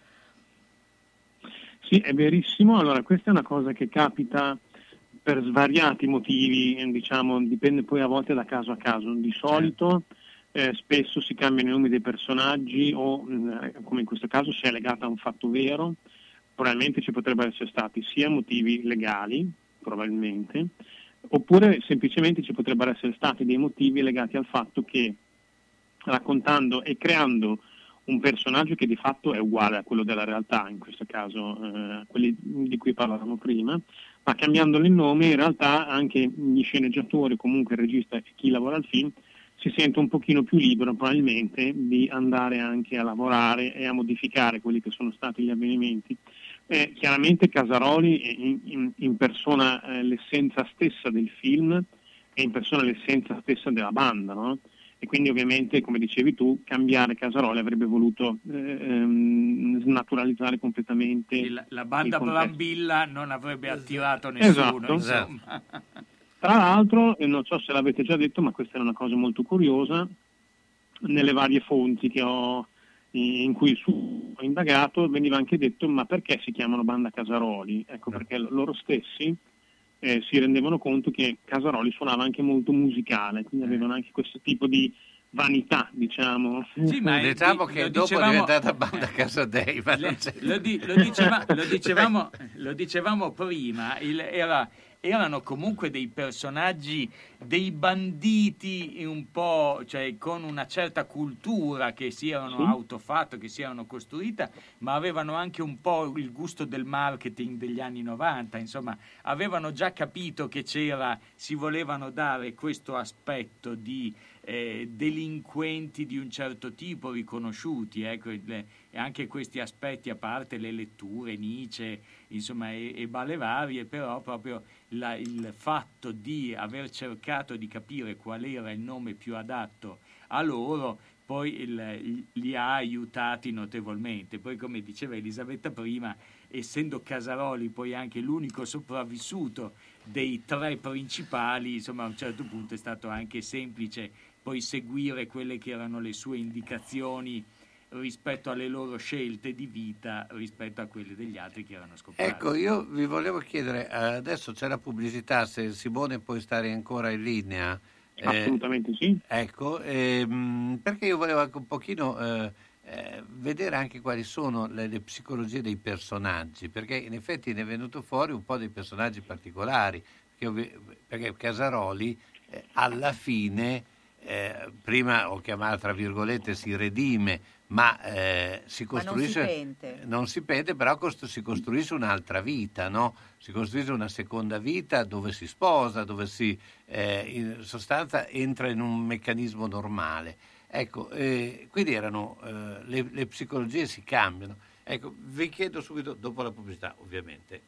Sì, è verissimo. Allora, questa è una cosa che capita per svariati motivi, dipende poi a volte da caso a caso. Di solito spesso si cambiano i nomi dei personaggi o, come in questo caso, se è legata a un fatto vero, probabilmente ci potrebbero essere stati sia motivi legali, probabilmente, oppure semplicemente ci potrebbero essere stati dei motivi legati al fatto che raccontando e creando un personaggio che di fatto è uguale a quello della realtà, in questo caso quelli di cui parlavamo prima, ma cambiandolo il nome in realtà anche gli sceneggiatori, comunque il regista e chi lavora al film, si sente un pochino più libero probabilmente di andare anche a lavorare e a modificare quelli che sono stati gli avvenimenti. Chiaramente Casaroli in persona l'essenza stessa del film e in persona l'essenza stessa della banda, no? E quindi ovviamente, come dicevi tu, cambiare Casaroli avrebbe voluto snaturalizzare completamente la banda Brambilla non avrebbe attirato nessuno. Esatto. Tra l'altro, non so se l'avete già detto, ma questa è una cosa molto curiosa, nelle varie fonti che in cui ho indagato veniva anche detto: ma perché si chiamano banda Casaroli? Ecco, perché loro stessi si rendevano conto che Casaroli suonava anche molto musicale, quindi avevano anche questo tipo di vanità, diciamo. Sì, ma diciamo che dopo è diventata banda Casadei, ma lo dicevamo prima, erano comunque dei personaggi, dei banditi un po', cioè con una certa cultura che si erano autofatto, che si erano costruita, ma avevano anche un po' il gusto del marketing degli anni 90, insomma, avevano già capito che si volevano dare questo aspetto di delinquenti di un certo tipo riconosciuti, ecco, e anche questi aspetti, a parte le letture, Nietzsche, insomma, e balle varie, però proprio il fatto di aver cercato di capire qual era il nome più adatto a loro poi li ha aiutati notevolmente. Poi, come diceva Elisabetta prima, essendo Casaroli poi anche l'unico sopravvissuto dei tre principali, insomma, a un certo punto è stato anche semplice poi seguire quelle che erano le sue indicazioni rispetto alle loro scelte di vita rispetto a quelle degli altri che erano scomparsi. Ecco, io vi volevo chiedere, adesso c'è la pubblicità, se Simone puoi stare ancora in linea. Assolutamente sì. Ecco, perché io volevo anche un pochino vedere anche quali sono le psicologie dei personaggi, perché in effetti ne è venuto fuori un po' dei personaggi particolari, perché Casaroli alla fine, prima ho chiamato tra virgolette, si redime, ma si costruisce, non si pente, però si costruisce un'altra vita, no? Si costruisce una seconda vita dove si sposa, dove si in sostanza entra in un meccanismo normale. Ecco, quindi le psicologie si cambiano. Ecco, vi chiedo subito, dopo la pubblicità ovviamente.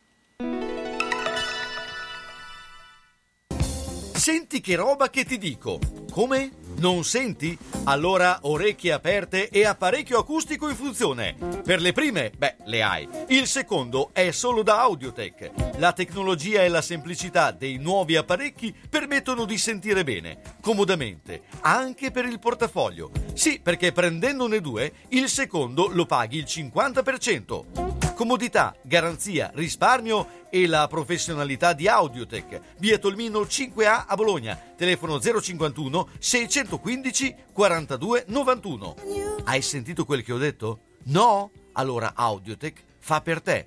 Senti che roba che ti dico. Come? Non senti? Allora orecchie aperte e apparecchio acustico in funzione. Per le prime, le hai. Il secondo è solo da Audiotech. La tecnologia e la semplicità dei nuovi apparecchi permettono di sentire bene, comodamente, anche per il portafoglio. Sì, perché prendendone due, il secondo lo paghi il 50%. Comodità, garanzia, risparmio e la professionalità di Audiotech. Via Tolmino 5A a Bologna. Telefono 051 615 42 91. Hai sentito quel che ho detto? No? Allora Audiotech fa per te.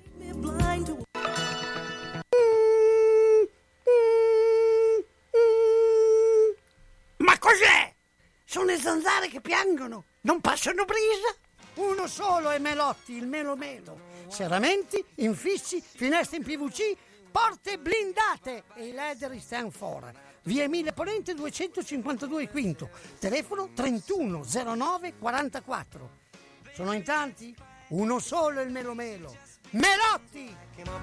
Ma cos'è? Sono le zanzare che piangono, non passano brisa. Uno solo è Melotti, il Melo Melo. Serramenti, infissi, finestre in PVC, porte blindate e i leder stand for. Via Emilia Ponente 252 Quinto, telefono 31 09 44. Sono in tanti? Uno solo è il Melo Melo. Melotti!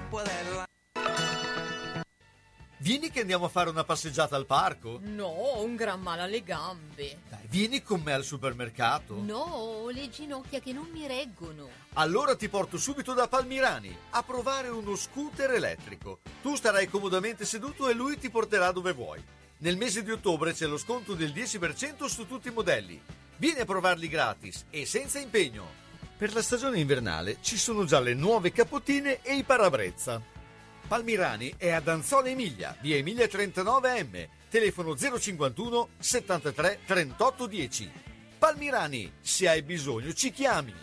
Vieni che andiamo a fare una passeggiata al parco? No, ho un gran male alle gambe. Dai, vieni con me al supermercato. No, ho le ginocchia che non mi reggono. Allora ti porto subito da Palmirani a provare uno scooter elettrico. Tu starai comodamente seduto e lui ti porterà dove vuoi. Nel mese di ottobre c'è lo sconto del 10% su tutti i modelli. Vieni a provarli gratis e senza impegno. Per la stagione invernale ci sono già le nuove capottine e i parabrezza. Palmirani è ad Anzola Emilia, via Emilia 39M, telefono 051 73 38 10. Palmirani, se hai bisogno ci chiami.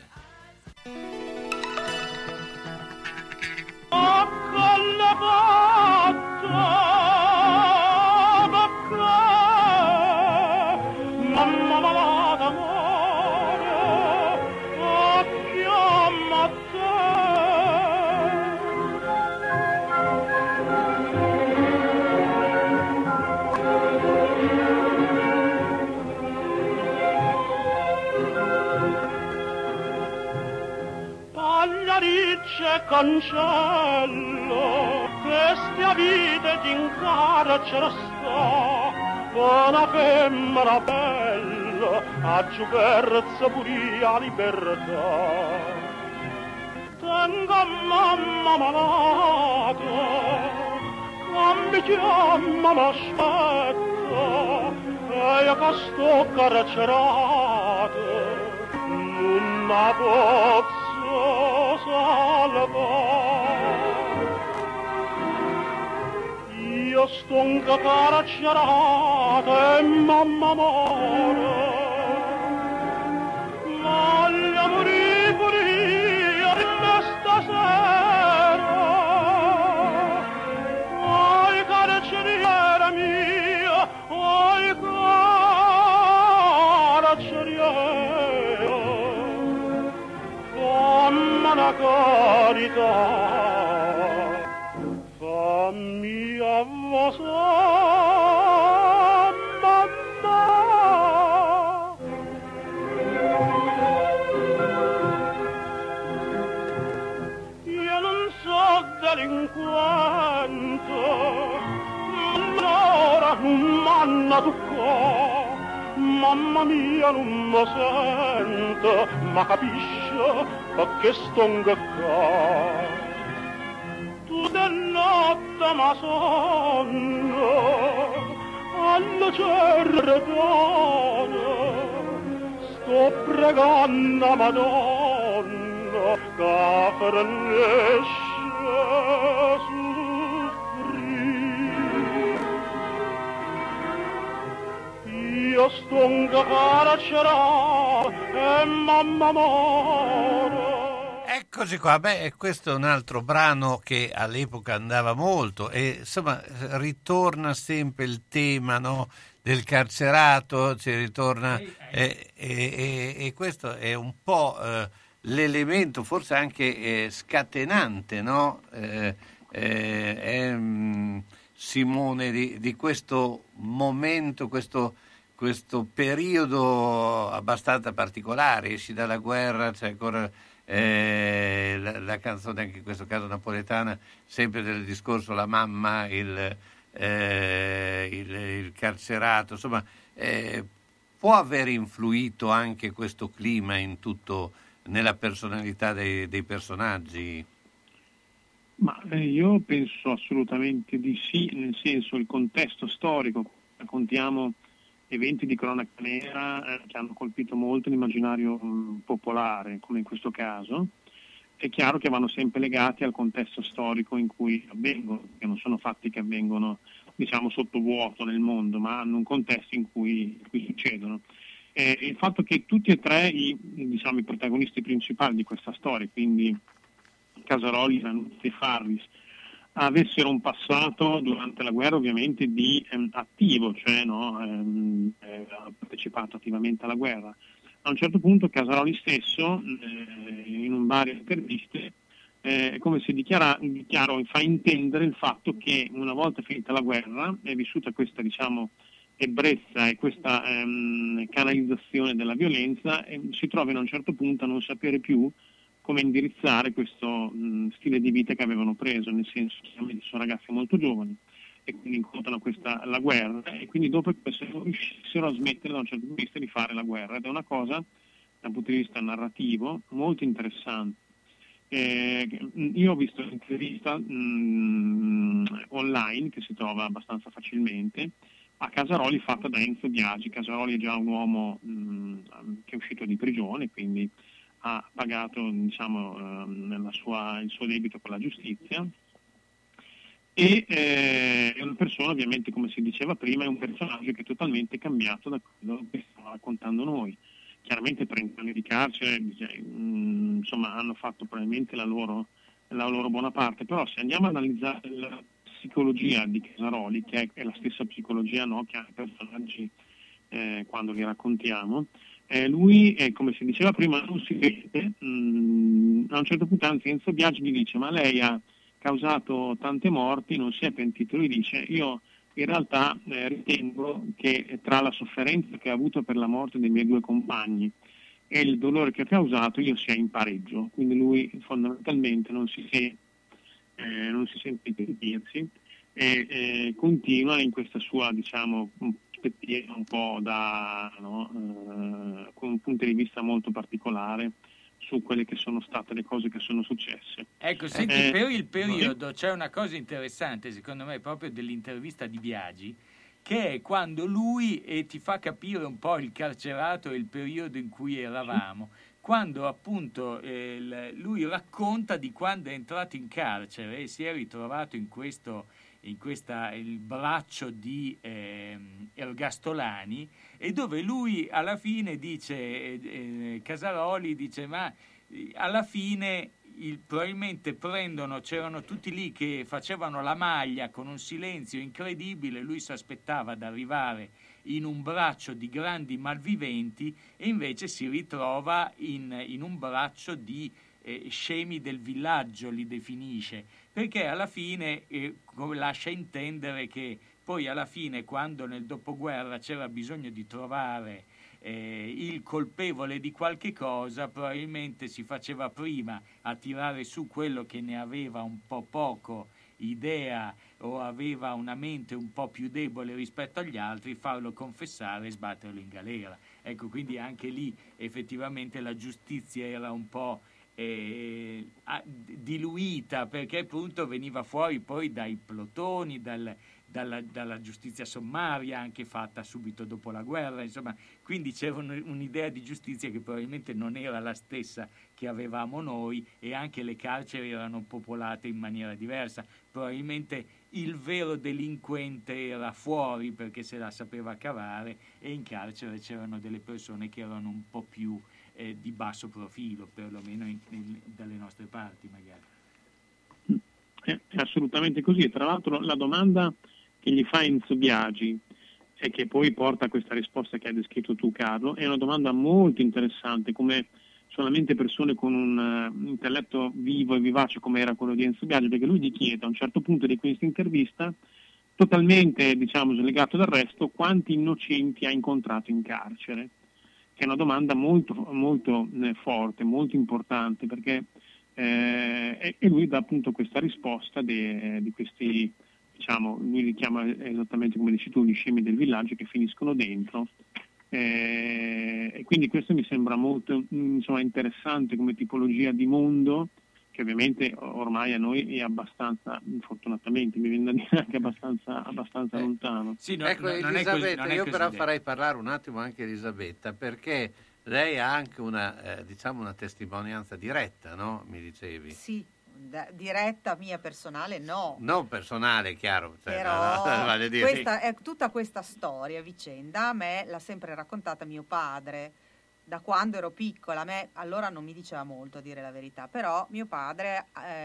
Cancello, questa vita in carcere sta, una femmina bella, a giuberza pure a libertà. Tengo mamma malata, non mi chiama l'aspetta, e io che sto carcerata, non la posso salvare. Io sto carcerata e mamma muore, voglio morire pure io stasera. Oi carceriera mia, oi carceriera, fammi una carità, fammi avvasare, mamma. Io non so delinquente, ora non m'hanno toccato, mamma mia non mi sento, ma capisce perché sto qua. Tu del notte ma sonno, alla certone, sto pregando Madonna che fornisce soffrire. Io sto carcerato e mamma muore. Eccoci qua, questo è un altro brano che all'epoca andava molto e insomma ritorna sempre il tema, no, del carcerato, ci ritorna e questo è un po' l'elemento forse anche scatenante, no? Simone di questo momento, questo periodo abbastanza particolare, esci dalla guerra, c'è ancora la canzone anche in questo caso napoletana, sempre del discorso la mamma, il carcerato, insomma può aver influito anche questo clima in tutto, nella personalità dei personaggi? Ma io penso assolutamente di sì, nel senso il contesto storico, raccontiamo eventi di cronaca nera che hanno colpito molto l'immaginario popolare, come in questo caso. È chiaro che vanno sempre legati al contesto storico in cui avvengono, che non sono fatti che avvengono, diciamo, sottovuoto nel mondo, ma hanno un contesto in cui succedono. il fatto che tutti e tre i protagonisti principali di questa storia, quindi Casaroli, Zanuzzi e Farris, avessero un passato durante la guerra ovviamente di attivo, cioè ha partecipato attivamente alla guerra. A un certo punto Casaroli stesso, in varie interviste, come si fa intendere il fatto che una volta finita la guerra è vissuta questa ebbrezza e questa canalizzazione della violenza, e si trovano a un certo punto a non sapere più come indirizzare questo stile di vita che avevano preso, nel senso che sono ragazzi molto giovani e quindi incontrano la guerra, e quindi dopo riuscissero a smettere da un certo punto di vista di fare la guerra, ed è una cosa dal punto di vista narrativo molto interessante. Io ho visto un'intervista online che si trova abbastanza facilmente a Casaroli, fatta da Enzo Biagi. Casaroli è già un uomo che è uscito di prigione, quindi ha pagato il suo debito con la giustizia, e è una persona, ovviamente, come si diceva prima, è un personaggio che è totalmente cambiato da quello che stiamo raccontando noi. Chiaramente 30 anni di carcere hanno fatto probabilmente la loro buona parte, però se andiamo ad analizzare la psicologia di Casaroli, che è la stessa psicologia che ha i personaggi quando li raccontiamo, lui, come si diceva prima, non si vede. A un certo punto, anzi, Enzo Biagi gli dice: ma lei ha causato tante morti, non si è pentito? Lui dice: io in realtà ritengo che tra la sofferenza che ha avuto per la morte dei miei due compagni e il dolore che ha causato io sia in pareggio. Quindi lui fondamentalmente non si sente pentirsi e continua in questa sua prospettiva un po' con un punto di vista molto particolare su quelle che sono state le cose che sono successe. Ecco, senti, per il periodo c'è una cosa interessante, secondo me, proprio dell'intervista di Biagi, che è quando lui ti fa capire un po' il carcerato e il periodo in cui eravamo, quando appunto lui racconta di quando è entrato in carcere e si è ritrovato il braccio di Ergastolani, e dove lui alla fine dice, Casaroli dice: ma alla fine probabilmente c'erano tutti lì che facevano la maglia con un silenzio incredibile, lui si aspettava di arrivare in un braccio di grandi malviventi e invece si ritrova in un braccio di scemi del villaggio, li definisce, perché alla fine lascia intendere che poi alla fine, quando nel dopoguerra c'era bisogno di trovare il colpevole di qualche cosa, probabilmente si faceva prima a tirare su quello che ne aveva un po' poco idea o aveva una mente un po' più debole rispetto agli altri, farlo confessare e sbatterlo in galera. Ecco, quindi anche lì effettivamente la giustizia era un po' diluita, perché appunto veniva fuori poi dai plotoni, dalla giustizia sommaria anche fatta subito dopo la guerra, insomma, quindi c'era un'idea di giustizia che probabilmente non era la stessa che avevamo noi, e anche le carceri erano popolate in maniera diversa. Probabilmente il vero delinquente era fuori perché se la sapeva cavare, e in carcere c'erano delle persone che erano un po' più di basso profilo, perlomeno dalle nostre parti magari. È assolutamente così, e tra l'altro la domanda che gli fa Enzo Biagi e che poi porta a questa risposta che hai descritto tu, Carlo, è una domanda molto interessante, come solamente persone con un intelletto vivo e vivace come era quello di Enzo Biagi, perché lui gli chiede a un certo punto di questa intervista, totalmente slegato dal resto, quanti innocenti ha incontrato in carcere, che è una domanda molto, molto forte, molto importante, perché e lui dà appunto questa risposta di questi, lui li chiama esattamente come dici tu, gli scemi del villaggio che finiscono dentro, e quindi questo mi sembra molto interessante come tipologia di mondo, che ovviamente ormai a noi è abbastanza, fortunatamente mi viene da dire, anche abbastanza lontano. Sì, Elisabetta, io però farei parlare un attimo anche Elisabetta, perché lei ha anche una testimonianza diretta, no? Mi dicevi. Sì, diretta mia personale no. Non personale, chiaro. Però vale dire. tutta questa vicenda a me l'ha sempre raccontata mio padre da quando ero piccola. A me allora non mi diceva molto, a dire la verità, però mio padre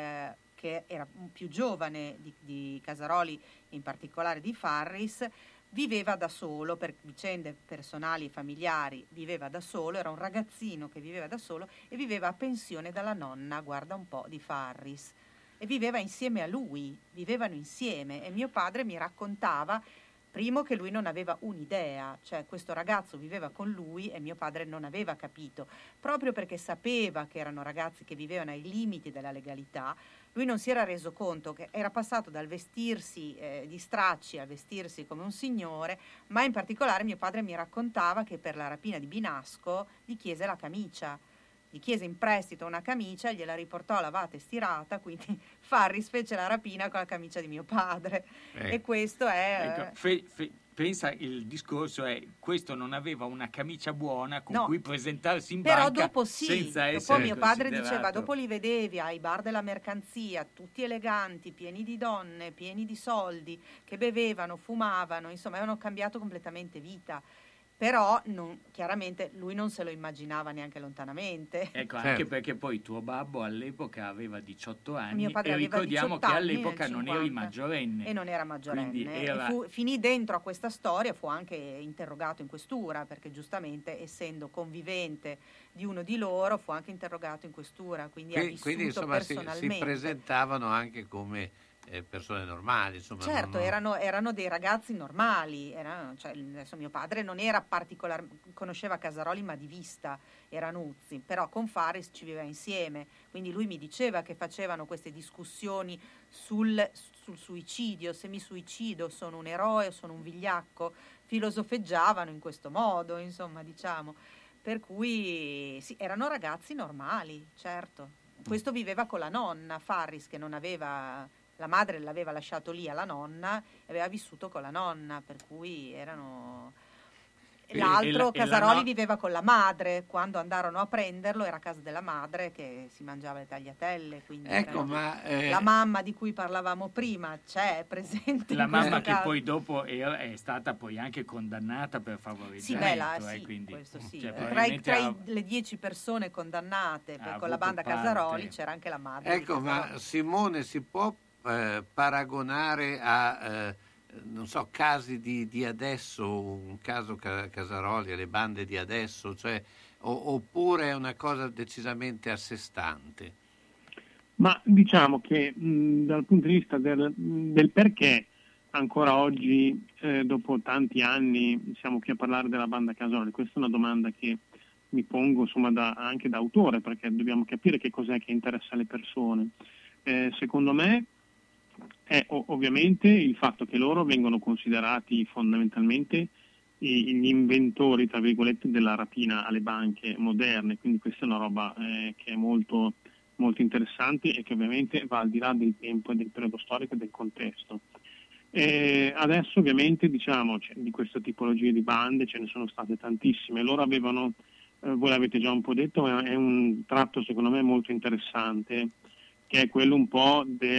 che era più giovane di Casaroli, in particolare di Farris, viveva da solo, per vicende personali e familiari viveva da solo, era un ragazzino che viveva da solo e viveva a pensione dalla nonna, guarda un po', di Farris, e viveva insieme a lui, vivevano insieme, e mio padre mi raccontava, primo, che lui non aveva un'idea, cioè questo ragazzo viveva con lui e mio padre non aveva capito, proprio perché sapeva che erano ragazzi che vivevano ai limiti della legalità. Lui non si era reso conto che era passato dal vestirsi di stracci a vestirsi come un signore, ma in particolare mio padre mi raccontava che per la rapina di Binasco gli chiese la camicia, gli chiese in prestito una camicia, gliela riportò lavata e stirata, quindi Farris fece la rapina con la camicia di mio padre. E questo è... Pensa, il discorso è, questo non aveva una camicia buona con No. cui presentarsi in Però banca dopo sì, senza dopo essere mio padre considerato. diceva, dopo li vedevi ai bar della mercanzia, tutti eleganti, pieni di donne, pieni di soldi, che bevevano, fumavano, insomma avevano cambiato completamente vita. Però chiaramente lui non se lo immaginava neanche lontanamente. Ecco, anche perché poi tuo babbo all'epoca aveva 18 anni Mio padre e aveva ricordiamo 18 che anni all'epoca nel non 50. eri maggiorenne. E non era maggiorenne. Quindi era... Finì dentro a questa storia, fu anche interrogato in questura, perché giustamente essendo convivente di uno di loro fu anche interrogato in questura, quindi ha vissuto Quindi insomma si personalmente. presentavano anche come persone normali, insomma. Certo, erano dei ragazzi normali, cioè, adesso mio padre non era conosceva Casaroli ma di vista, era Nuzzi, però con Farris ci viveva insieme, quindi lui mi diceva che facevano queste discussioni sul suicidio, se mi suicido sono un eroe o sono un vigliacco, filosofeggiavano in questo modo, insomma, diciamo, per cui sì, erano ragazzi normali, certo. Questo viveva con la nonna, Farris, che non aveva... La madre l'aveva lasciato lì alla nonna e aveva vissuto con la nonna, per cui erano... L'altro, Casaroli, viveva con la madre, quando andarono a prenderlo era a casa della madre che si mangiava le tagliatelle, quindi la mamma di cui parlavamo prima c'è presente. La in mamma questo che caso. poi dopo è stata poi anche condannata per favoreggiamento. Sì, questo sì. Cioè, tra le 10 persone condannate con la banda Casaroli c'era anche la madre. Ecco, ma Simone, si può paragonare a non so, casi di adesso, un caso Casaroli, le bande di adesso, cioè, oppure è una cosa decisamente a sé stante? Ma diciamo che dal punto di vista del perché ancora oggi, dopo tanti anni, siamo qui a parlare della banda Casaroli, questa è una domanda che mi pongo, insomma, anche da autore, perché dobbiamo capire che cos'è che interessa le persone. Secondo me è ovviamente il fatto che loro vengono considerati fondamentalmente gli inventori, tra virgolette, della rapina alle banche moderne, quindi questa è una roba che è molto, molto interessante e che ovviamente va al di là del tempo e del periodo storico e del contesto. Adesso ovviamente, diciamo, di questa tipologia di bande ce ne sono state tantissime, loro avevano, voi l'avete già un po' detto, è un tratto secondo me molto interessante, che è quello un po'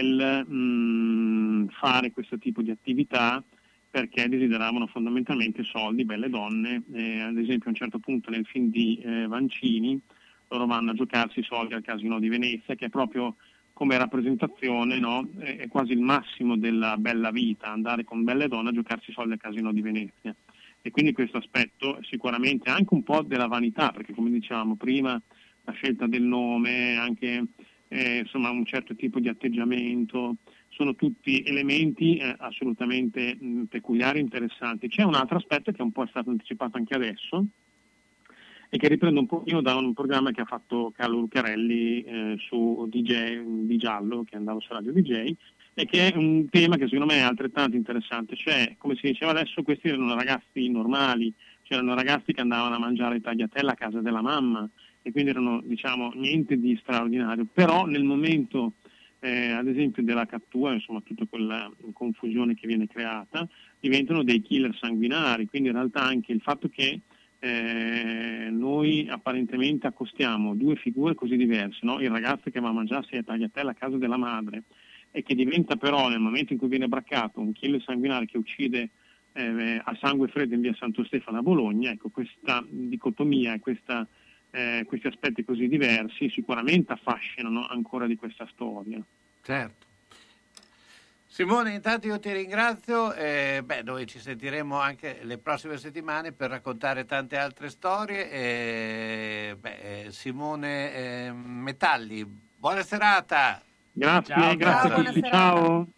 del fare questo tipo di attività perché desideravano fondamentalmente soldi, belle donne. Ad esempio a un certo punto nel film di Vancini loro vanno a giocarsi i soldi al Casino di Venezia, che è proprio come rappresentazione, no? È quasi il massimo della bella vita, andare con belle donne a giocarsi i soldi al Casino di Venezia. E quindi questo aspetto sicuramente anche un po' della vanità, perché come dicevamo prima la scelta del nome, anche insomma un certo tipo di atteggiamento, sono tutti elementi assolutamente peculiari e interessanti. C'è un altro aspetto che un po' è stato anticipato anche adesso e che riprende un pochino da un programma che ha fatto Carlo Lucarelli su DJ di Giallo, che andava su Radio DJ, e che è un tema che secondo me è altrettanto interessante, cioè come si diceva adesso questi erano ragazzi normali, c'erano ragazzi che andavano a mangiare tagliatelle a casa della mamma, e quindi erano, diciamo, niente di straordinario, però nel momento ad esempio della cattura, insomma tutta quella confusione che viene creata, diventano dei killer sanguinari, quindi in realtà anche il fatto che noi apparentemente accostiamo due figure così diverse, no? Il ragazzo che va a mangiarsi a tagliatelle a casa della madre e che diventa però, nel momento in cui viene braccato, un killer sanguinario che uccide a sangue freddo in via Santo Stefano a Bologna. Ecco, questa dicotomia e questi aspetti così diversi sicuramente affascinano ancora di questa storia. Certo. Simone, intanto io ti ringrazio, noi ci sentiremo anche le prossime settimane per raccontare tante altre storie. Simone Metalli, buona serata. Grazie, ciao, grazie a tutti, ciao.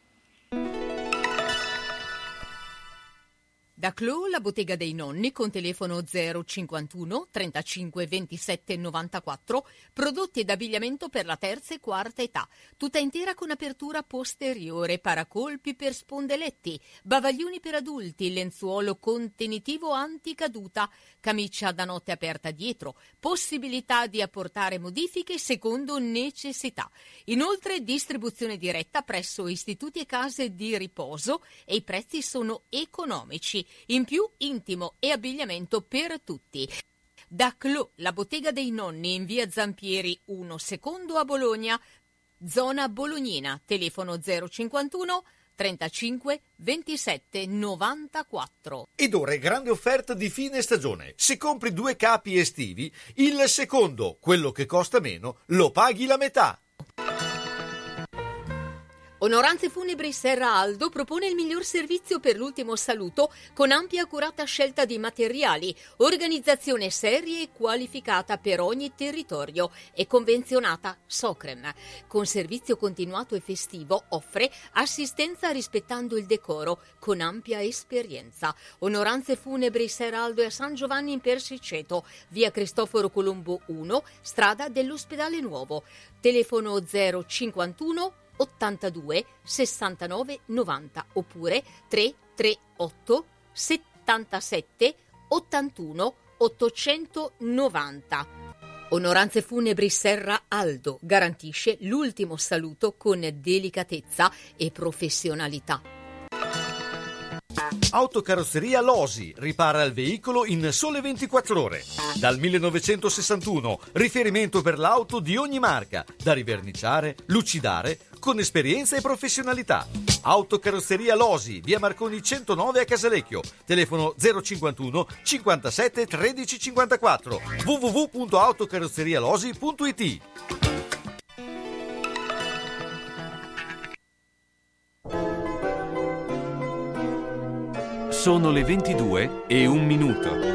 Da Clou, la bottega dei nonni, con telefono 051 35 27 94, prodotti ed abbigliamento per la terza e quarta età, tutta intera con apertura posteriore, paracolpi per spondeletti, bavaglioni per adulti, lenzuolo contenitivo anticaduta, camicia da notte aperta dietro, possibilità di apportare modifiche secondo necessità. Inoltre distribuzione diretta presso istituti e case di riposo e i prezzi sono economici. In più intimo e abbigliamento per tutti. Da Clou, la bottega dei nonni, in via Zampieri 1 secondo a Bologna, zona bolognina, telefono 051 35 27 94. Ed ora è grande offerta di fine stagione. Se compri 2 capi estivi, il secondo, quello che costa meno, lo paghi la metà. Onoranze Funebri Serra Aldo propone il miglior servizio per l'ultimo saluto con ampia e accurata scelta di materiali, organizzazione seria e qualificata per ogni territorio e convenzionata Socrem. Con servizio continuato e festivo offre assistenza rispettando il decoro con ampia esperienza. Onoranze Funebri Serra Aldo a San Giovanni in Persiceto, via Cristoforo Colombo 1, strada dell'Ospedale Nuovo. Telefono 051 82 69 90 oppure 338 77 81 890. Onoranze Funebri Serra Aldo garantisce l'ultimo saluto con delicatezza e professionalità. Autocarrozzeria Losi ripara il veicolo in sole 24 ore. Dal 1961, riferimento per l'auto di ogni marca, da riverniciare, lucidare, con esperienza e professionalità. Autocarrozzeria Losi, via Marconi 109 a Casalecchio, telefono 051 57 13 54, www.autocarrozzerialosi.it. Sono le 22:01.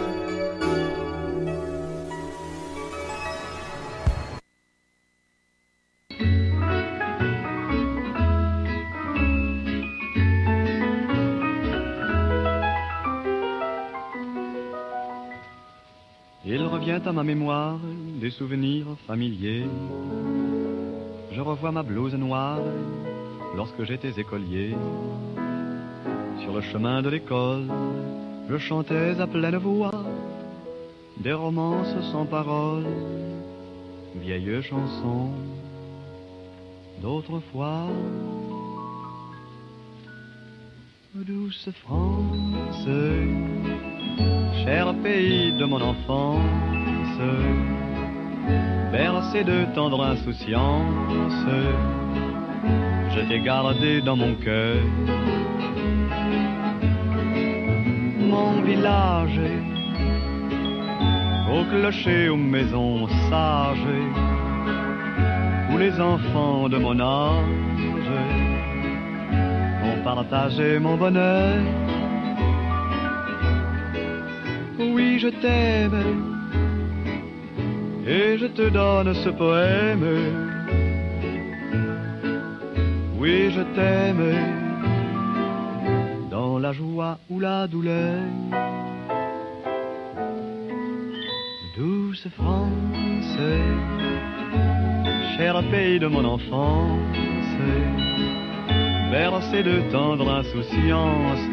Il revient à ma mémoire des souvenirs familiers. Je revois ma blouse noire lorsque j'étais écolier. Sur le chemin de l'école, je chantais à pleine voix des romances sans paroles, vieilles chansons d'autrefois. Douce France, cher pays de mon enfance, bercé de tendre insouciance, je t'ai gardé dans mon cœur. Mon village, au clocher, aux maisons sages, où les enfants de mon âge ont partagé mon bonheur. Oui, je t'aime et je te donne ce poème. Oui, je t'aime dans la joie ou la douleur. Douce France, cher pays de mon enfance, bercé de tendre insouciance,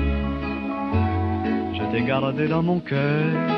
je t'ai gardé dans mon cœur.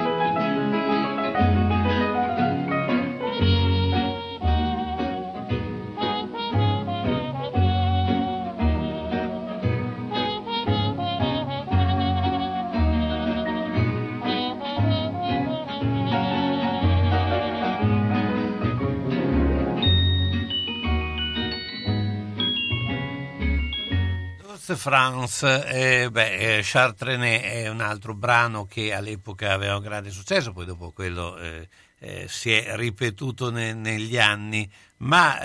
France, Charles Trenet è un altro brano che all'epoca aveva un grande successo, poi dopo quello si è ripetuto negli anni, ma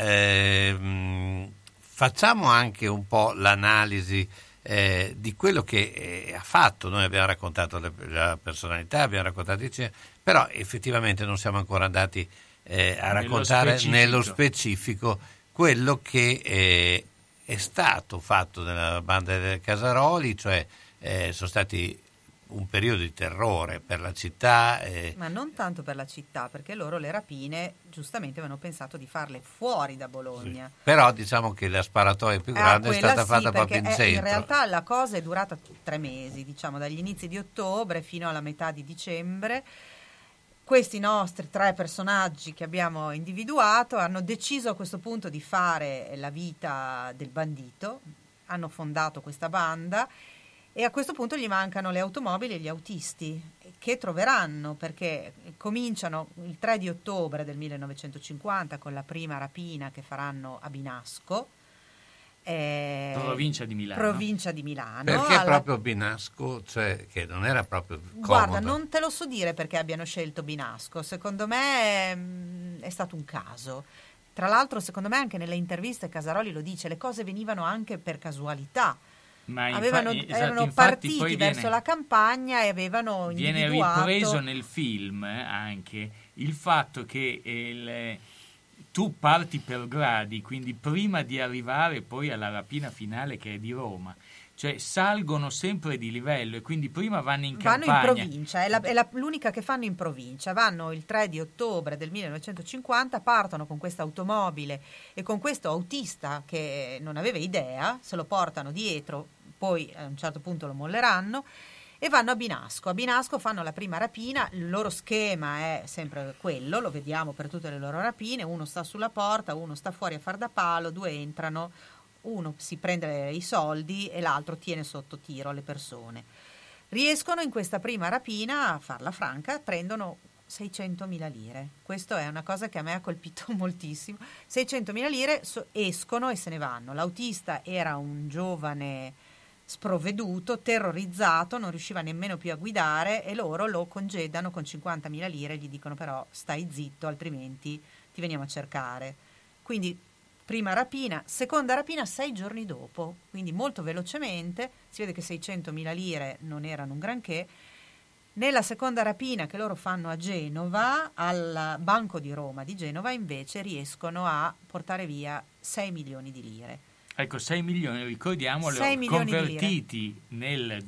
facciamo anche un po' l'analisi di quello che ha fatto. Noi abbiamo raccontato la personalità, abbiamo raccontato il cinema, però effettivamente non siamo ancora andati a raccontare nello specifico quello che è stato fatto nella banda dei Casaroli, cioè sono stati un periodo di terrore per la città. Ma non tanto per la città, perché loro le rapine giustamente avevano pensato di farle fuori da Bologna. Sì. Però diciamo che la sparatoria più grande è stata fatta proprio in centro. In realtà la cosa è durata 3 mesi, diciamo dagli inizi di ottobre fino alla metà di dicembre. Questi nostri 3 personaggi che abbiamo individuato hanno deciso a questo punto di fare la vita del bandito, hanno fondato questa banda e a questo punto gli mancano le automobili e gli autisti che troveranno, perché cominciano il 3 di ottobre del 1950 con la prima rapina che faranno a Binasco, provincia di Milano. Perché proprio Binasco, cioè che non era proprio comodo? Guarda, non te lo so dire perché abbiano scelto Binasco, secondo me è stato un caso. Tra l'altro secondo me anche nelle interviste Casaroli lo dice, le cose venivano anche per casualità. Ma erano partiti verso la campagna e avevano individuato. Viene ripreso nel film anche il fatto che tu parti per gradi, quindi prima di arrivare poi alla rapina finale che è di Roma, cioè salgono sempre di livello e quindi prima vanno in campagna. Vanno in provincia, è l'unica che fanno in provincia, vanno il 3 di ottobre del 1950, partono con questa automobile e con questo autista che non aveva idea, se lo portano dietro, poi a un certo punto lo molleranno e vanno a Binasco. A Binasco fanno la prima rapina, il loro schema è sempre quello, lo vediamo per tutte le loro rapine, uno sta sulla porta, uno sta fuori a far da palo, 2 entrano, uno si prende i soldi e l'altro tiene sotto tiro le persone. Riescono in questa prima rapina a farla franca, prendono 600.000 lire. Questo è una cosa che a me ha colpito moltissimo. 600.000 lire escono e se ne vanno. L'autista era un giovane sprovveduto, terrorizzato, non riusciva nemmeno più a guidare e loro lo congedano con 50.000 lire e gli dicono però stai zitto altrimenti ti veniamo a cercare. Quindi prima rapina, seconda rapina 6 giorni dopo, quindi molto velocemente, si vede che 600.000 lire non erano un granché. Nella seconda rapina che loro fanno a Genova, al Banco di Roma di Genova, invece riescono a portare via 6 milioni di lire. Ecco, 6 milioni, ricordiamolo, convertiti nel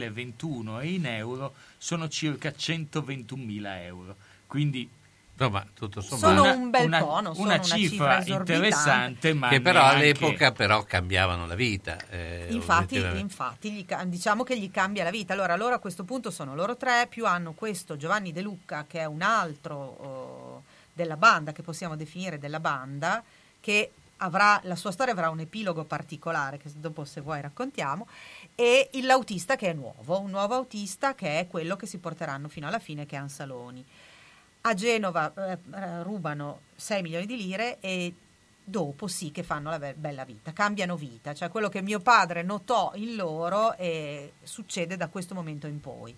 2021 e in euro sono circa 121.000 euro. Quindi insomma, tutto sommato sono un bel tono, una cifra interessante, ma che però all'epoca però cambiavano la vita. Infatti diciamo che gli cambia la vita. Allora loro a questo punto sono loro 3, più hanno questo Giovanni De Lucca che è un altro della banda, che possiamo definire della banda, che la sua storia avrà un epilogo particolare che dopo se vuoi raccontiamo, e l'autista che è un nuovo autista che è quello che si porteranno fino alla fine, che è Ansaloni. A Genova rubano 6 milioni di lire e dopo sì che fanno la bella vita, cambiano vita, cioè quello che mio padre notò in loro succede da questo momento in poi.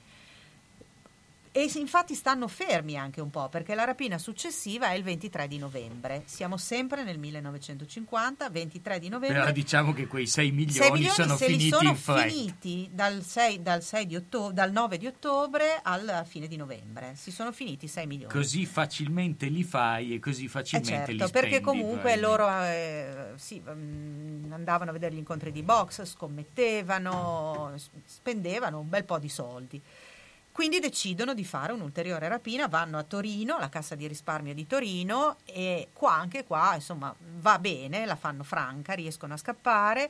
E infatti stanno fermi anche un po', perché la rapina successiva è il 23 di novembre. Siamo sempre nel 1950, 23 di novembre. Però diciamo che quei 6 milioni sono finiti in fretta. Finiti dal 9 di ottobre alla fine di novembre. Si sono finiti 6 milioni. Così facilmente li fai e così facilmente li spendi. Perché comunque loro andavano a vedere gli incontri di box, scommettevano, spendevano un bel po' di soldi. Quindi decidono di fare un'ulteriore rapina, vanno a Torino, alla Cassa di Risparmio di Torino, e anche qua insomma va bene, la fanno franca, riescono a scappare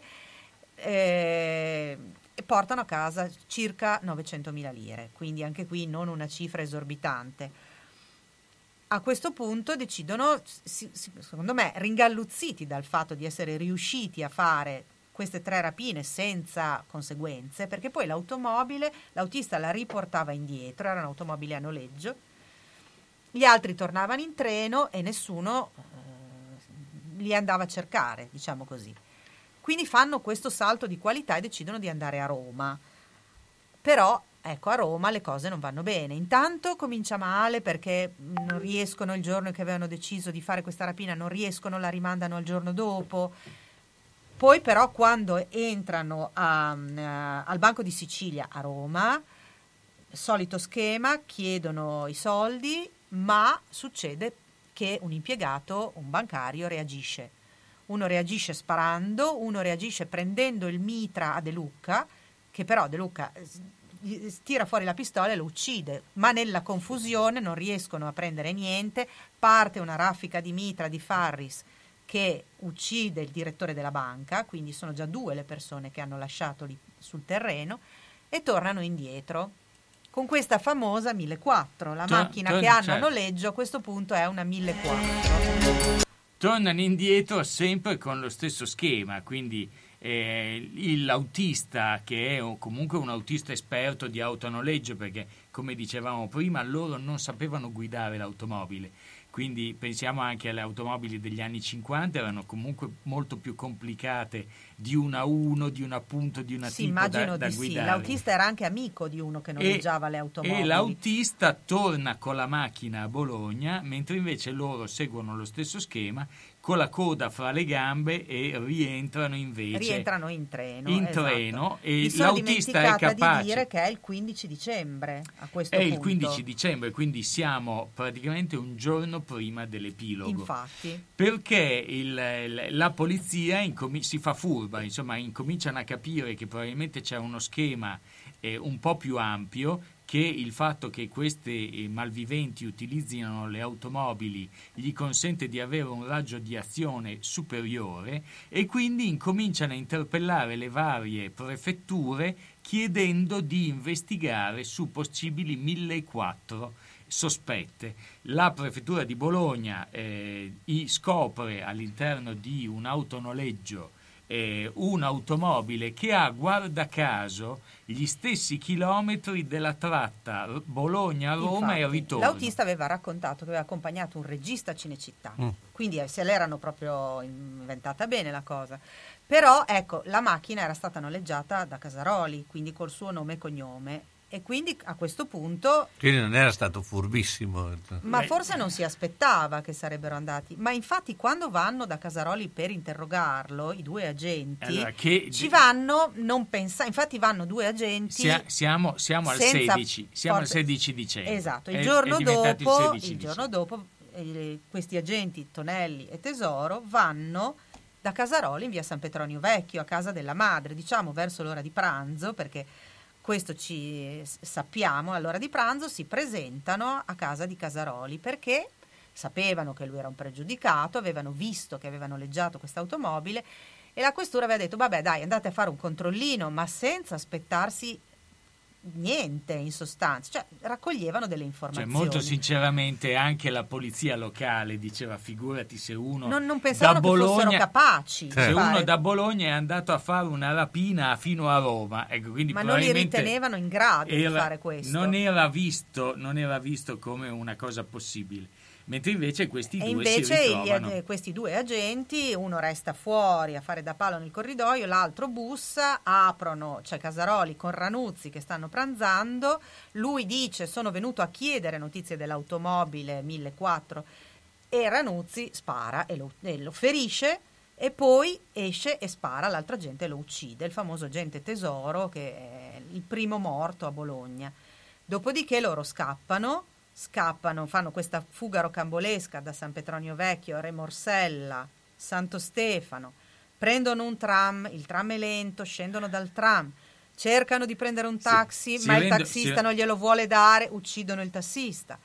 e portano a casa circa 900.000 lire, quindi anche qui non una cifra esorbitante. A questo punto decidono, secondo me, ringalluzziti dal fatto di essere riusciti a fare queste 3 rapine senza conseguenze, perché poi l'autista la riportava indietro, era un'automobile a noleggio, gli altri tornavano in treno e nessuno li andava a cercare, diciamo così. Quindi fanno questo salto di qualità e decidono di andare a Roma. Però ecco, a Roma le cose non vanno bene. Intanto comincia male perché non riescono il giorno che avevano deciso di fare questa rapina, non riescono, la rimandano al giorno dopo. Poi però quando entrano al Banco di Sicilia a Roma, solito schema, chiedono i soldi, ma succede che un impiegato, un bancario, reagisce. Uno reagisce sparando, uno reagisce prendendo il mitra a De Luca, che però De Luca tira fuori la pistola e lo uccide, ma nella confusione non riescono a prendere niente, parte una raffica di mitra di Farris che uccide il direttore della banca, quindi sono già 2 le persone che hanno lasciato lì sul terreno, e tornano indietro con questa famosa 1004, la macchina che hanno a noleggio a questo punto è una 1004. Tornano indietro sempre con lo stesso schema, quindi l'autista, che è comunque un autista esperto di autonoleggio, perché come dicevamo prima loro non sapevano guidare l'automobile, quindi pensiamo anche alle automobili degli anni 50, erano comunque molto più complicate di una 1, di una punto, di una tipo immagino da di guidare. Sì, l'autista era anche amico di uno che noleggiava le automobili. E l'autista torna con la macchina a Bologna, mentre invece loro seguono lo stesso schema, con la coda fra le gambe, e rientrano in treno. Esatto. E Mi sono l'autista è capace di dire che è il 15 dicembre a questo è punto. il 15 dicembre, quindi siamo praticamente un giorno prima dell'epilogo. Infatti. Perché la polizia si fa furba, insomma, incominciano a capire che probabilmente c'è uno schema un po' più ampio, che il fatto che questi malviventi utilizzino le automobili gli consente di avere un raggio di azione superiore, e quindi incominciano a interpellare le varie prefetture chiedendo di investigare su possibili 1004 sospette. La prefettura di Bologna scopre all'interno di un autonoleggio un'automobile che ha, guarda caso, gli stessi chilometri della tratta Bologna-Roma e ritorno. L'autista aveva raccontato che aveva accompagnato un regista a Cinecittà, quindi se l'erano proprio inventata bene la cosa. Però ecco, la macchina era stata noleggiata da Casaroli, quindi col suo nome e cognome, e quindi a questo punto quindi non era stato furbissimo, ma forse non si aspettava che sarebbero andati. Ma infatti quando vanno da Casaroli per interrogarlo, i 2 agenti ci vanno, non pensare, infatti vanno 2 agenti, siamo al 16 al 16 dicembre, esatto, il giorno dopo questi agenti Tonelli e Tesoro vanno da Casaroli in via San Petronio Vecchio, a casa della madre, diciamo verso l'ora di pranzo, perché questo ci sappiamo, all'ora di pranzo si presentano a casa di Casaroli perché sapevano che lui era un pregiudicato, avevano visto che aveva noleggiato questa automobile, e la questura aveva detto vabbè dai, andate a fare un controllino, ma senza aspettarsi niente in sostanza, cioè raccoglievano delle informazioni. Molto sinceramente anche la polizia locale diceva figurati se uno non pensavano da Bologna, che fossero capaci se uno da Bologna è andato a fare una rapina fino a Roma, ecco, quindi ma non li ritenevano in grado di fare questo, non era visto come una cosa possibile. Mentre invece questi due si ritrovano. Questi 2 agenti, uno resta fuori a fare da palo nel corridoio, l'altro bussa, aprono, c'è Casaroli con Ranuzzi che stanno pranzando, lui dice sono venuto a chiedere notizie dell'automobile 1004, e Ranuzzi spara e lo ferisce, e poi esce e spara all'altro agente e lo uccide, il famoso agente Tesoro, che è il primo morto a Bologna. Dopodiché loro scappano, fanno questa fuga rocambolesca da San Petronio Vecchio a Remorsella, Santo Stefano, prendono un tram, il tram è lento, scendono dal tram, cercano di prendere un taxi, il taxista non glielo vuole dare, uccidono il tassista.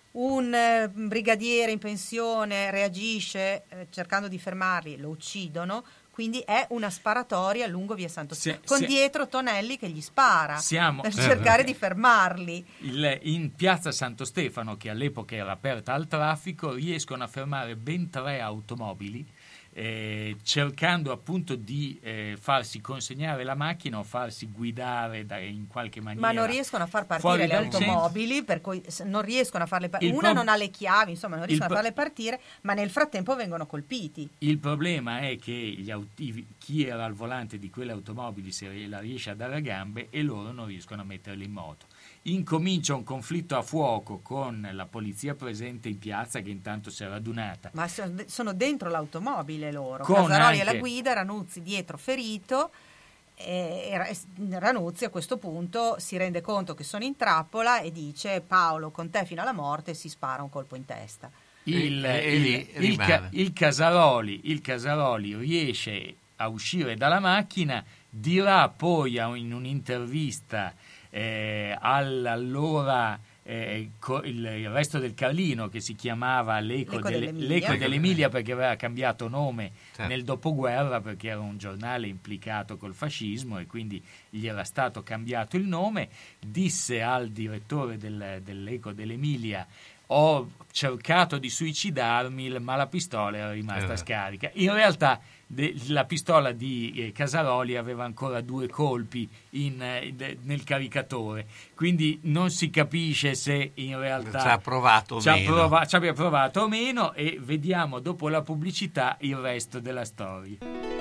Un brigadiere in pensione reagisce cercando di fermarli, lo uccidono. Quindi è una sparatoria lungo via Santo Stefano, con dietro Tonelli che gli spara per cercare di fermarli. In piazza Santo Stefano, che all'epoca era aperta al traffico, riescono a fermare ben 3 automobili cercando appunto di farsi consegnare la macchina o farsi guidare in qualche maniera. Ma non riescono a far partire le automobili, per cui non riescono a farle partire. Non ha le chiavi, insomma, non riescono a farle partire, ma nel frattempo vengono colpiti. Il problema è che chi era al volante di quelle automobili se la riesce a dare a gambe e loro non riescono a metterle in moto. Incomincia un conflitto a fuoco con la polizia presente in piazza, che intanto si è radunata. Ma sono dentro l'automobile loro. Casaroli alla guida, Ranuzzi dietro ferito. E Ranuzzi a questo punto si rende conto che sono in trappola e dice: Paolo, con te fino alla morte, si spara un colpo in testa. Il Casaroli riesce a uscire dalla macchina, dirà poi in un'intervista all'allora il resto del Carlino, che si chiamava l'Eco dell'Emilia perché aveva cambiato nome nel dopoguerra, perché era un giornale implicato col fascismo e quindi gli era stato cambiato il nome. Disse al direttore dell'Eco dell'Emilia: ho cercato di suicidarmi, ma la pistola era rimasta scarica. In realtà la pistola di Casaroli aveva ancora 2 colpi nel caricatore, quindi non si capisce se in realtà ci abbia provato o meno, e vediamo dopo la pubblicità il resto della storia.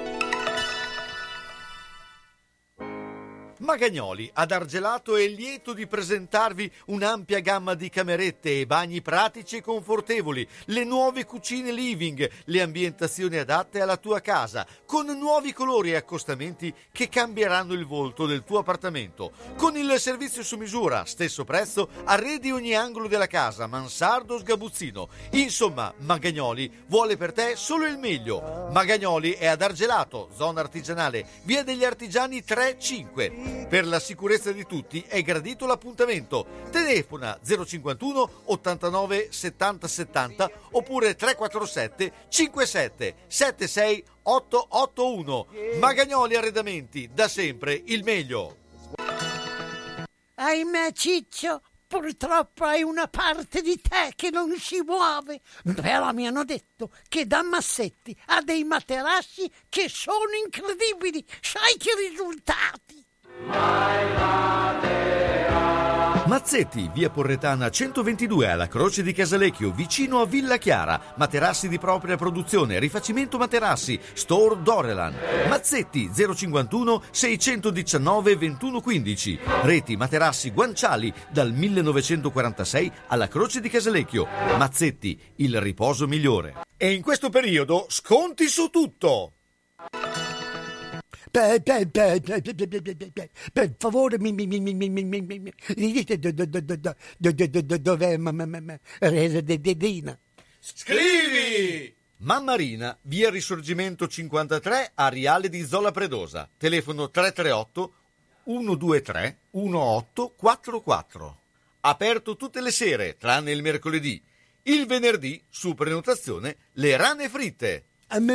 Magagnoli ad Argelato è lieto di presentarvi un'ampia gamma di camerette e bagni pratici e confortevoli, le nuove cucine living, le ambientazioni adatte alla tua casa, con nuovi colori e accostamenti che cambieranno il volto del tuo appartamento. Con il servizio su misura, stesso prezzo, arredi ogni angolo della casa, mansardo, sgabuzzino. Insomma, Magagnoli vuole per te solo il meglio. Magagnoli è ad Argelato, zona artigianale, via degli Artigiani 3-5. Per la sicurezza di tutti è gradito l'appuntamento. Telefona 051 89 70 70 oppure 347 57 76 881. Magagnoli Arredamenti, da sempre il meglio. Ahimè, Ciccio, purtroppo hai una parte di te che non si muove. Però mi hanno detto che da Massetti ha dei materassi che sono incredibili. Sai che risultati? Mazzetti, via Porretana 122 alla Croce di Casalecchio, vicino a Villa Chiara. Materassi di propria produzione, rifacimento materassi, Store Dorelan. Mazzetti 051 619 2115. Reti materassi guanciali dal 1946 alla Croce di Casalecchio. Mazzetti, il riposo migliore. E in questo periodo sconti su tutto. Per favore, mi dite dov'è Redina? Scrivi! Mammarina, via Risorgimento 53, Ariale di Zola Predosa. Telefono 338 123 1844. Aperto tutte le sere, tranne il mercoledì. Il venerdì, su prenotazione, le rane fritte.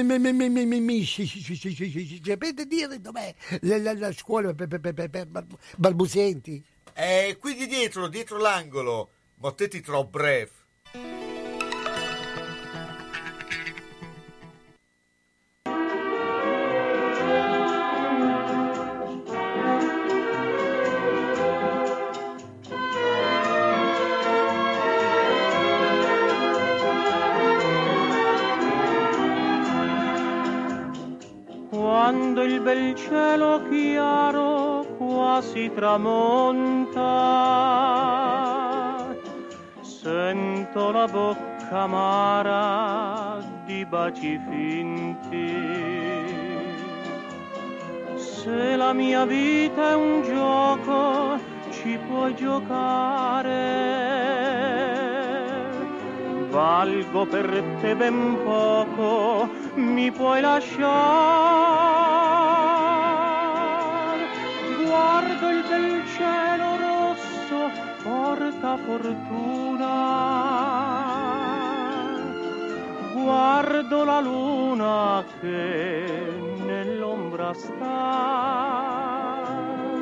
Sapete dire dov'è la scuola per balbuzienti? Qui di dietro l'angolo. Ma te ti trovo breve. Quando il bel cielo chiaro quasi tramonta, sento la bocca amara di baci finti. Se la mia vita è un gioco, ci puoi giocare. Valgo per te ben poco, mi puoi lasciare. Guardo il bel cielo rosso, porta fortuna. Guardo la luna che nell'ombra sta.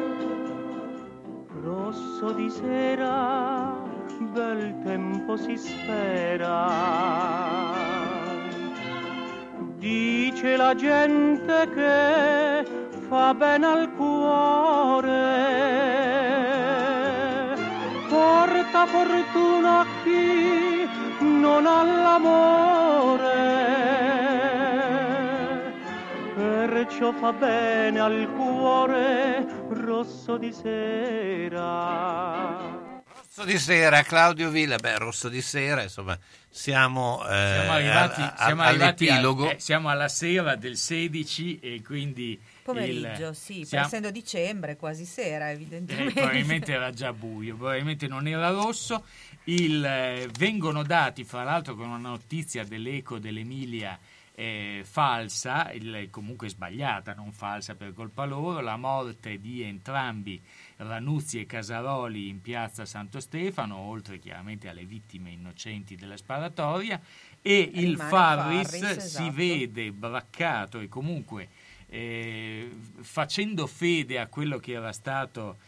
Rosso di sera, bel tempo si spera. dice la gente che fa bene al cuore, porta fortuna a chi non ha l'amore, perciò fa bene al cuore rosso di sera. Rosso di sera, Claudio Villa. Rosso di sera, insomma, siamo arrivati all'epilogo. Siamo alla sera del 16 e quindi pomeriggio, essendo dicembre, quasi sera, evidentemente. Probabilmente era già buio, probabilmente non era rosso. Vengono dati, fra l'altro, con una notizia dell'Eco dell'Emilia falsa, comunque sbagliata, non falsa per colpa loro, la morte di entrambi, Ranuzzi e Casaroli, in piazza Santo Stefano, oltre chiaramente alle vittime innocenti della sparatoria, e il Farris esatto. Si vede braccato e comunque facendo fede a quello che era stato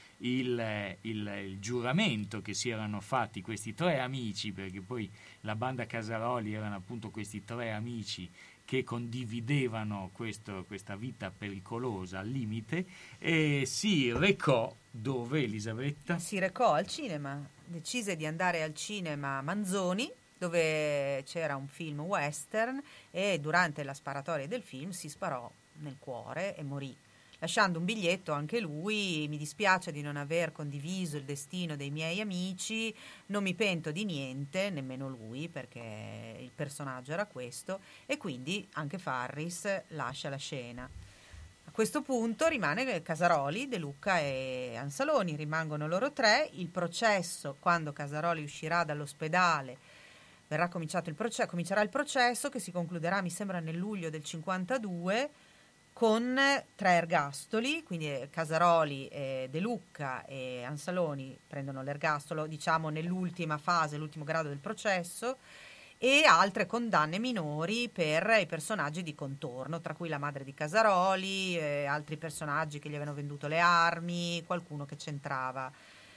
il giuramento che si erano fatti questi tre amici, perché poi la banda Casaroli erano appunto questi tre amici che condividevano questa vita pericolosa al limite, e si recò dove, Elisabetta? Si recò al cinema, decise di andare al cinema Manzoni, dove c'era un film western, e durante la sparatoria del film si sparò nel cuore e morì, lasciando un biglietto anche lui: mi dispiace di non aver condiviso il destino dei miei amici, non mi pento di niente, nemmeno lui, perché il personaggio era questo, e quindi anche Farris lascia la scena. A questo punto rimane Casaroli, De Luca e Ansaloni, rimangono loro tre. Il processo, quando Casaroli uscirà dall'ospedale, comincerà il processo, che si concluderà, mi sembra, nel luglio del 52, con 3 ergastoli, quindi Casaroli, De Luca e Ansaloni prendono l'ergastolo, diciamo, nell'ultima fase, l'ultimo grado del processo, e altre condanne minori per i personaggi di contorno, tra cui la madre di Casaroli, altri personaggi che gli avevano venduto le armi, qualcuno che c'entrava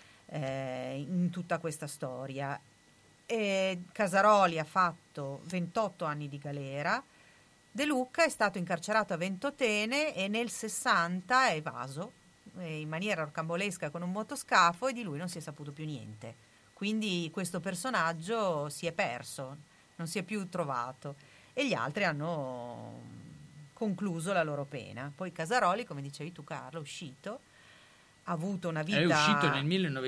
in tutta questa storia. Casaroli ha fatto 28 anni di galera. De Luca è stato incarcerato a Ventotene e nel 60 è evaso in maniera rocambolesca con un motoscafo, e di lui non si è saputo più niente. Quindi questo personaggio si è perso, non si è più trovato, e gli altri hanno concluso la loro pena. Poi Casaroli, come dicevi tu Carlo, è uscito, ha avuto una vita... È uscito nel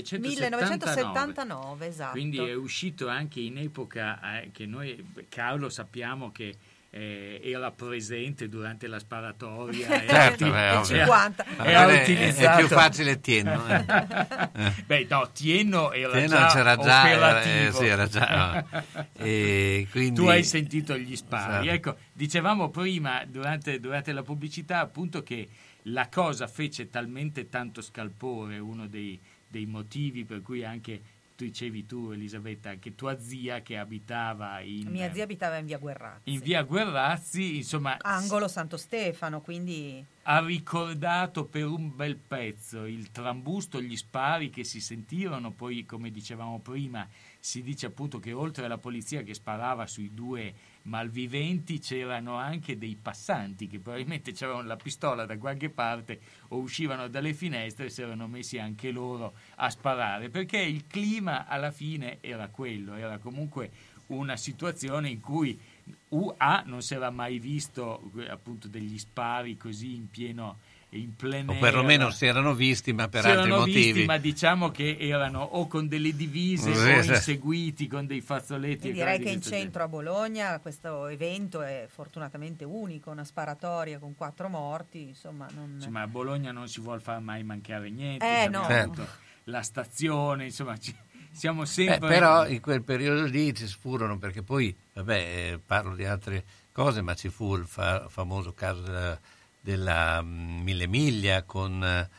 1979, esatto. Quindi è uscito anche in epoca che noi, Carlo, sappiamo che era presente durante la sparatoria. Certo, nel 50. È più facile Tienno. Tienno era c'era operativo. Era già. Quindi... Tu hai sentito gli spari. Sì. Ecco, dicevamo prima, durante la pubblicità, appunto, che la cosa fece talmente tanto scalpore, uno dei motivi per cui anche... Tu dicevi tu, Elisabetta, che tua zia che abitava Mia zia abitava in via Guerrazzi. In via Guerrazzi, insomma... Angolo Santo Stefano, quindi... Ha ricordato per un bel pezzo il trambusto, gli spari che si sentirono. Poi, come dicevamo prima, si dice appunto che oltre alla polizia che sparava sui 2 malviventi, c'erano anche dei passanti che probabilmente c'avevano la pistola da qualche parte o uscivano dalle finestre e si erano messi anche loro a sparare, perché il clima alla fine era quello, era comunque una situazione in cui non si era mai visto appunto degli spari così in plein air. O perlomeno si erano visti, ma per altri motivi. Ma diciamo che erano o con delle divise o inseguiti con dei fazzoletti. E direi che in centro a Bologna questo evento è fortunatamente unico, una sparatoria con 4 morti, insomma. Ma a Bologna non si vuol far mai mancare niente. No. La stazione, insomma, siamo sempre... Però in quel periodo lì ci furono, perché poi, parlo di altre cose, ma ci fu il famoso caso della Mille Miglia con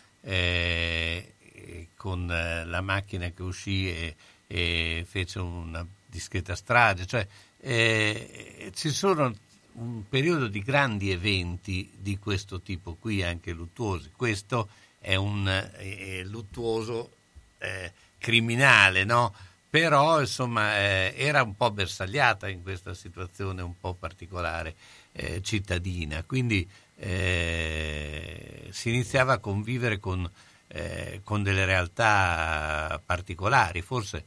la macchina che uscì e fece una discreta strage. Cioè ci sono un periodo di grandi eventi di questo tipo qui, anche luttuosi. Questo è un luttuoso criminale, no? però insomma era un po' bersagliata in questa situazione un po' particolare cittadina, quindi si iniziava a convivere con delle realtà particolari. Forse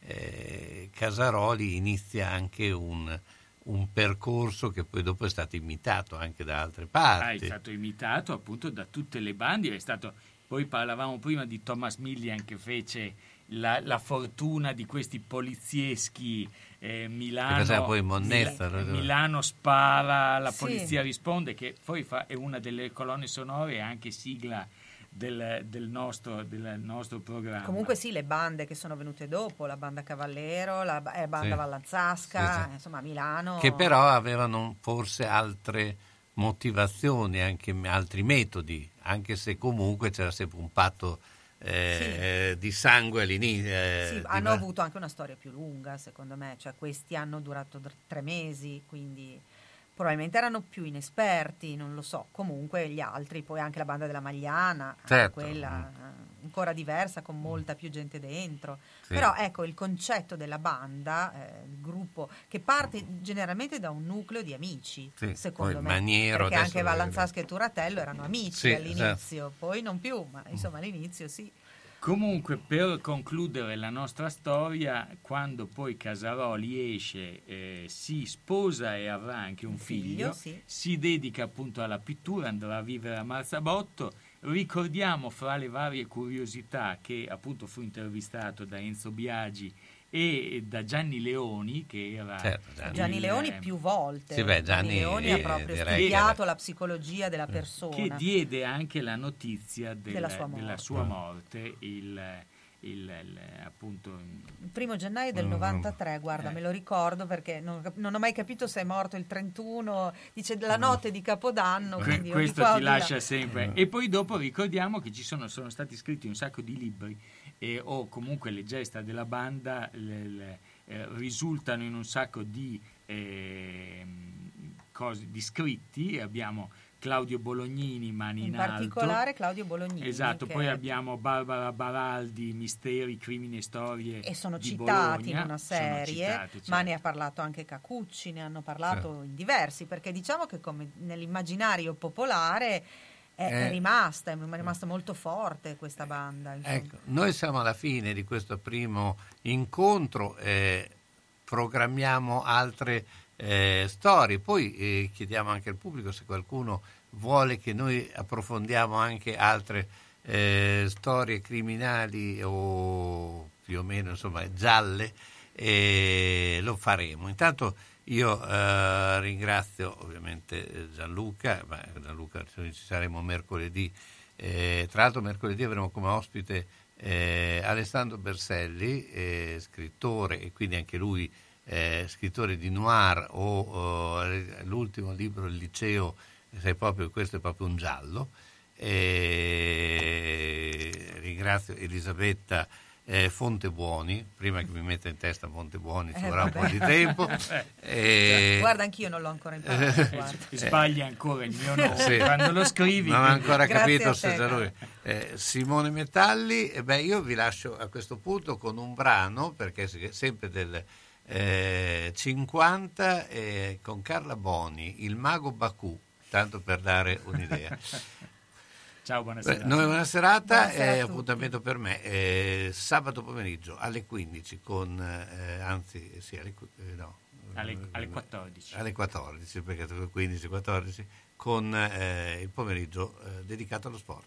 Casaroli inizia anche un percorso che poi dopo è stato imitato anche da altre parti. È stato imitato appunto da tutte le bande, poi parlavamo prima di Thomas Millian che fece la fortuna di questi polizieschi Milano, poi Monnezza, Milano spara, la polizia risponde, che poi è una delle colonne sonore e anche sigla del nostro programma. Comunque sì, le bande che sono venute dopo, la banda Cavallero, la banda Vallanzasca, insomma Milano, che però avevano forse altre motivazioni, anche altri metodi, anche se comunque c'era sempre un patto di sangue all'inizio. hanno avuto anche una storia più lunga, secondo me, cioè questi hanno durato 3 mesi, quindi probabilmente erano più inesperti, non lo so. Comunque gli altri, poi anche la banda della Magliana, quella ancora diversa, con molta più gente dentro. Però ecco, il concetto della banda, il gruppo, che parte generalmente da un nucleo di amici, secondo me. Maniero, perché anche Vallanzasca e Turatello erano amici all'inizio, poi non più, ma insomma all'inizio sì. Comunque, per concludere la nostra storia, quando poi Casaroli esce, si sposa e avrà anche un figlio, si dedica appunto alla pittura, andrà a vivere a Marzabotto. Ricordiamo fra le varie curiosità che appunto fu intervistato da Enzo Biagi e da Gianni Leoni, che era Gianni Leoni più volte. Gianni Leoni ha proprio studiato la psicologia della persona, che diede anche la notizia della sua morte appunto il 1° gennaio del 93. Guarda, me lo ricordo perché non ho mai capito se è morto il 31, dice la notte di Capodanno, quindi questo ti lascia sempre. E poi dopo ricordiamo che sono stati scritti un sacco di libri o comunque le gesta della banda risultano in un sacco di cose, di scritti. Abbiamo Claudio Bolognini, Mani in alto. Particolare Claudio Bolognini. Esatto, poi abbiamo Barbara Baraldi, Misteri, Crimini e Storie e sono di citati Bologna. in una serie, ma ne ha parlato anche Cacucci, ne hanno parlato in diversi, perché diciamo che come nell'immaginario popolare è rimasta molto forte questa banda. Ecco, noi siamo alla fine di questo primo incontro, programmiamo altre storie, poi chiediamo anche al pubblico se qualcuno vuole che noi approfondiamo anche altre storie criminali o più o meno insomma gialle, lo faremo. Intanto io ringrazio ovviamente Gianluca, ci saremo mercoledì, tra l'altro mercoledì avremo come ospite Alessandro Berselli, scrittore, e quindi anche lui scrittore di noir o l'ultimo libro Il liceo, questo è proprio un giallo. Ringrazio Elisabetta Fontebuoni, prima che mi metta in testa Fontebuoni ci vorrà un po' di tempo. Guarda, anch'io non l'ho ancora imparato. Sbagli ancora il mio nome quando lo scrivi. Non ho ancora capito se da lui. Simone Metalli, io vi lascio a questo punto con un brano, perché sempre del 50, con Carla Boni, Il mago Bacù, tanto per dare un'idea. Ciao, buona serata. Buona serata, appuntamento per me sabato pomeriggio alle 15 con alle 14. Alle 14, perché 15-14 con il pomeriggio dedicato allo sport.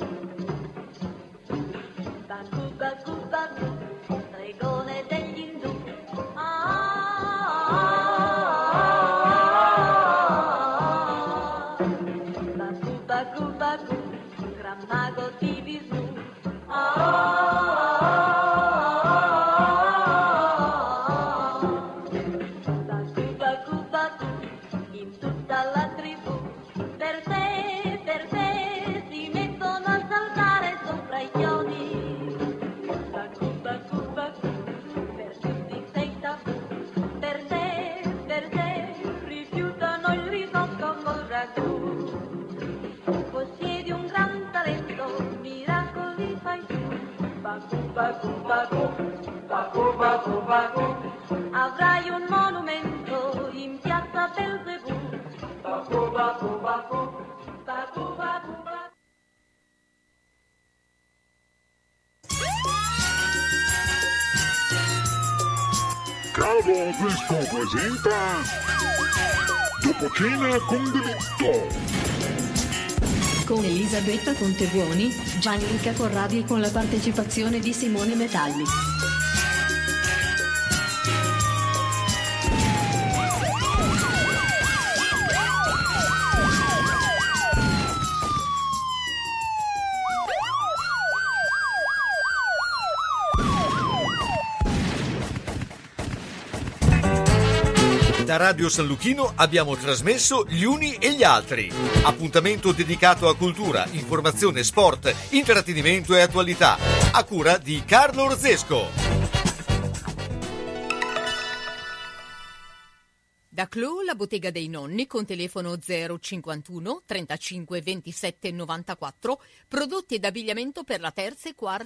Stregone degli indù, Avrai un monumento in piazza Belzebù. Calvo Disco presenta Dopo cena con delitto. Con Elisabetta Contebuoni, Gianluca Corradi e con la partecipazione di Simone Metalli. Da Radio San Luchino abbiamo trasmesso Gli Uni e gli Altri. Appuntamento dedicato a cultura, informazione, sport, intrattenimento e attualità. A cura di Carlo Orzesco. Da Clou, la bottega dei nonni, con telefono 051 35 27 94, prodotti ed abbigliamento per la terza e quarta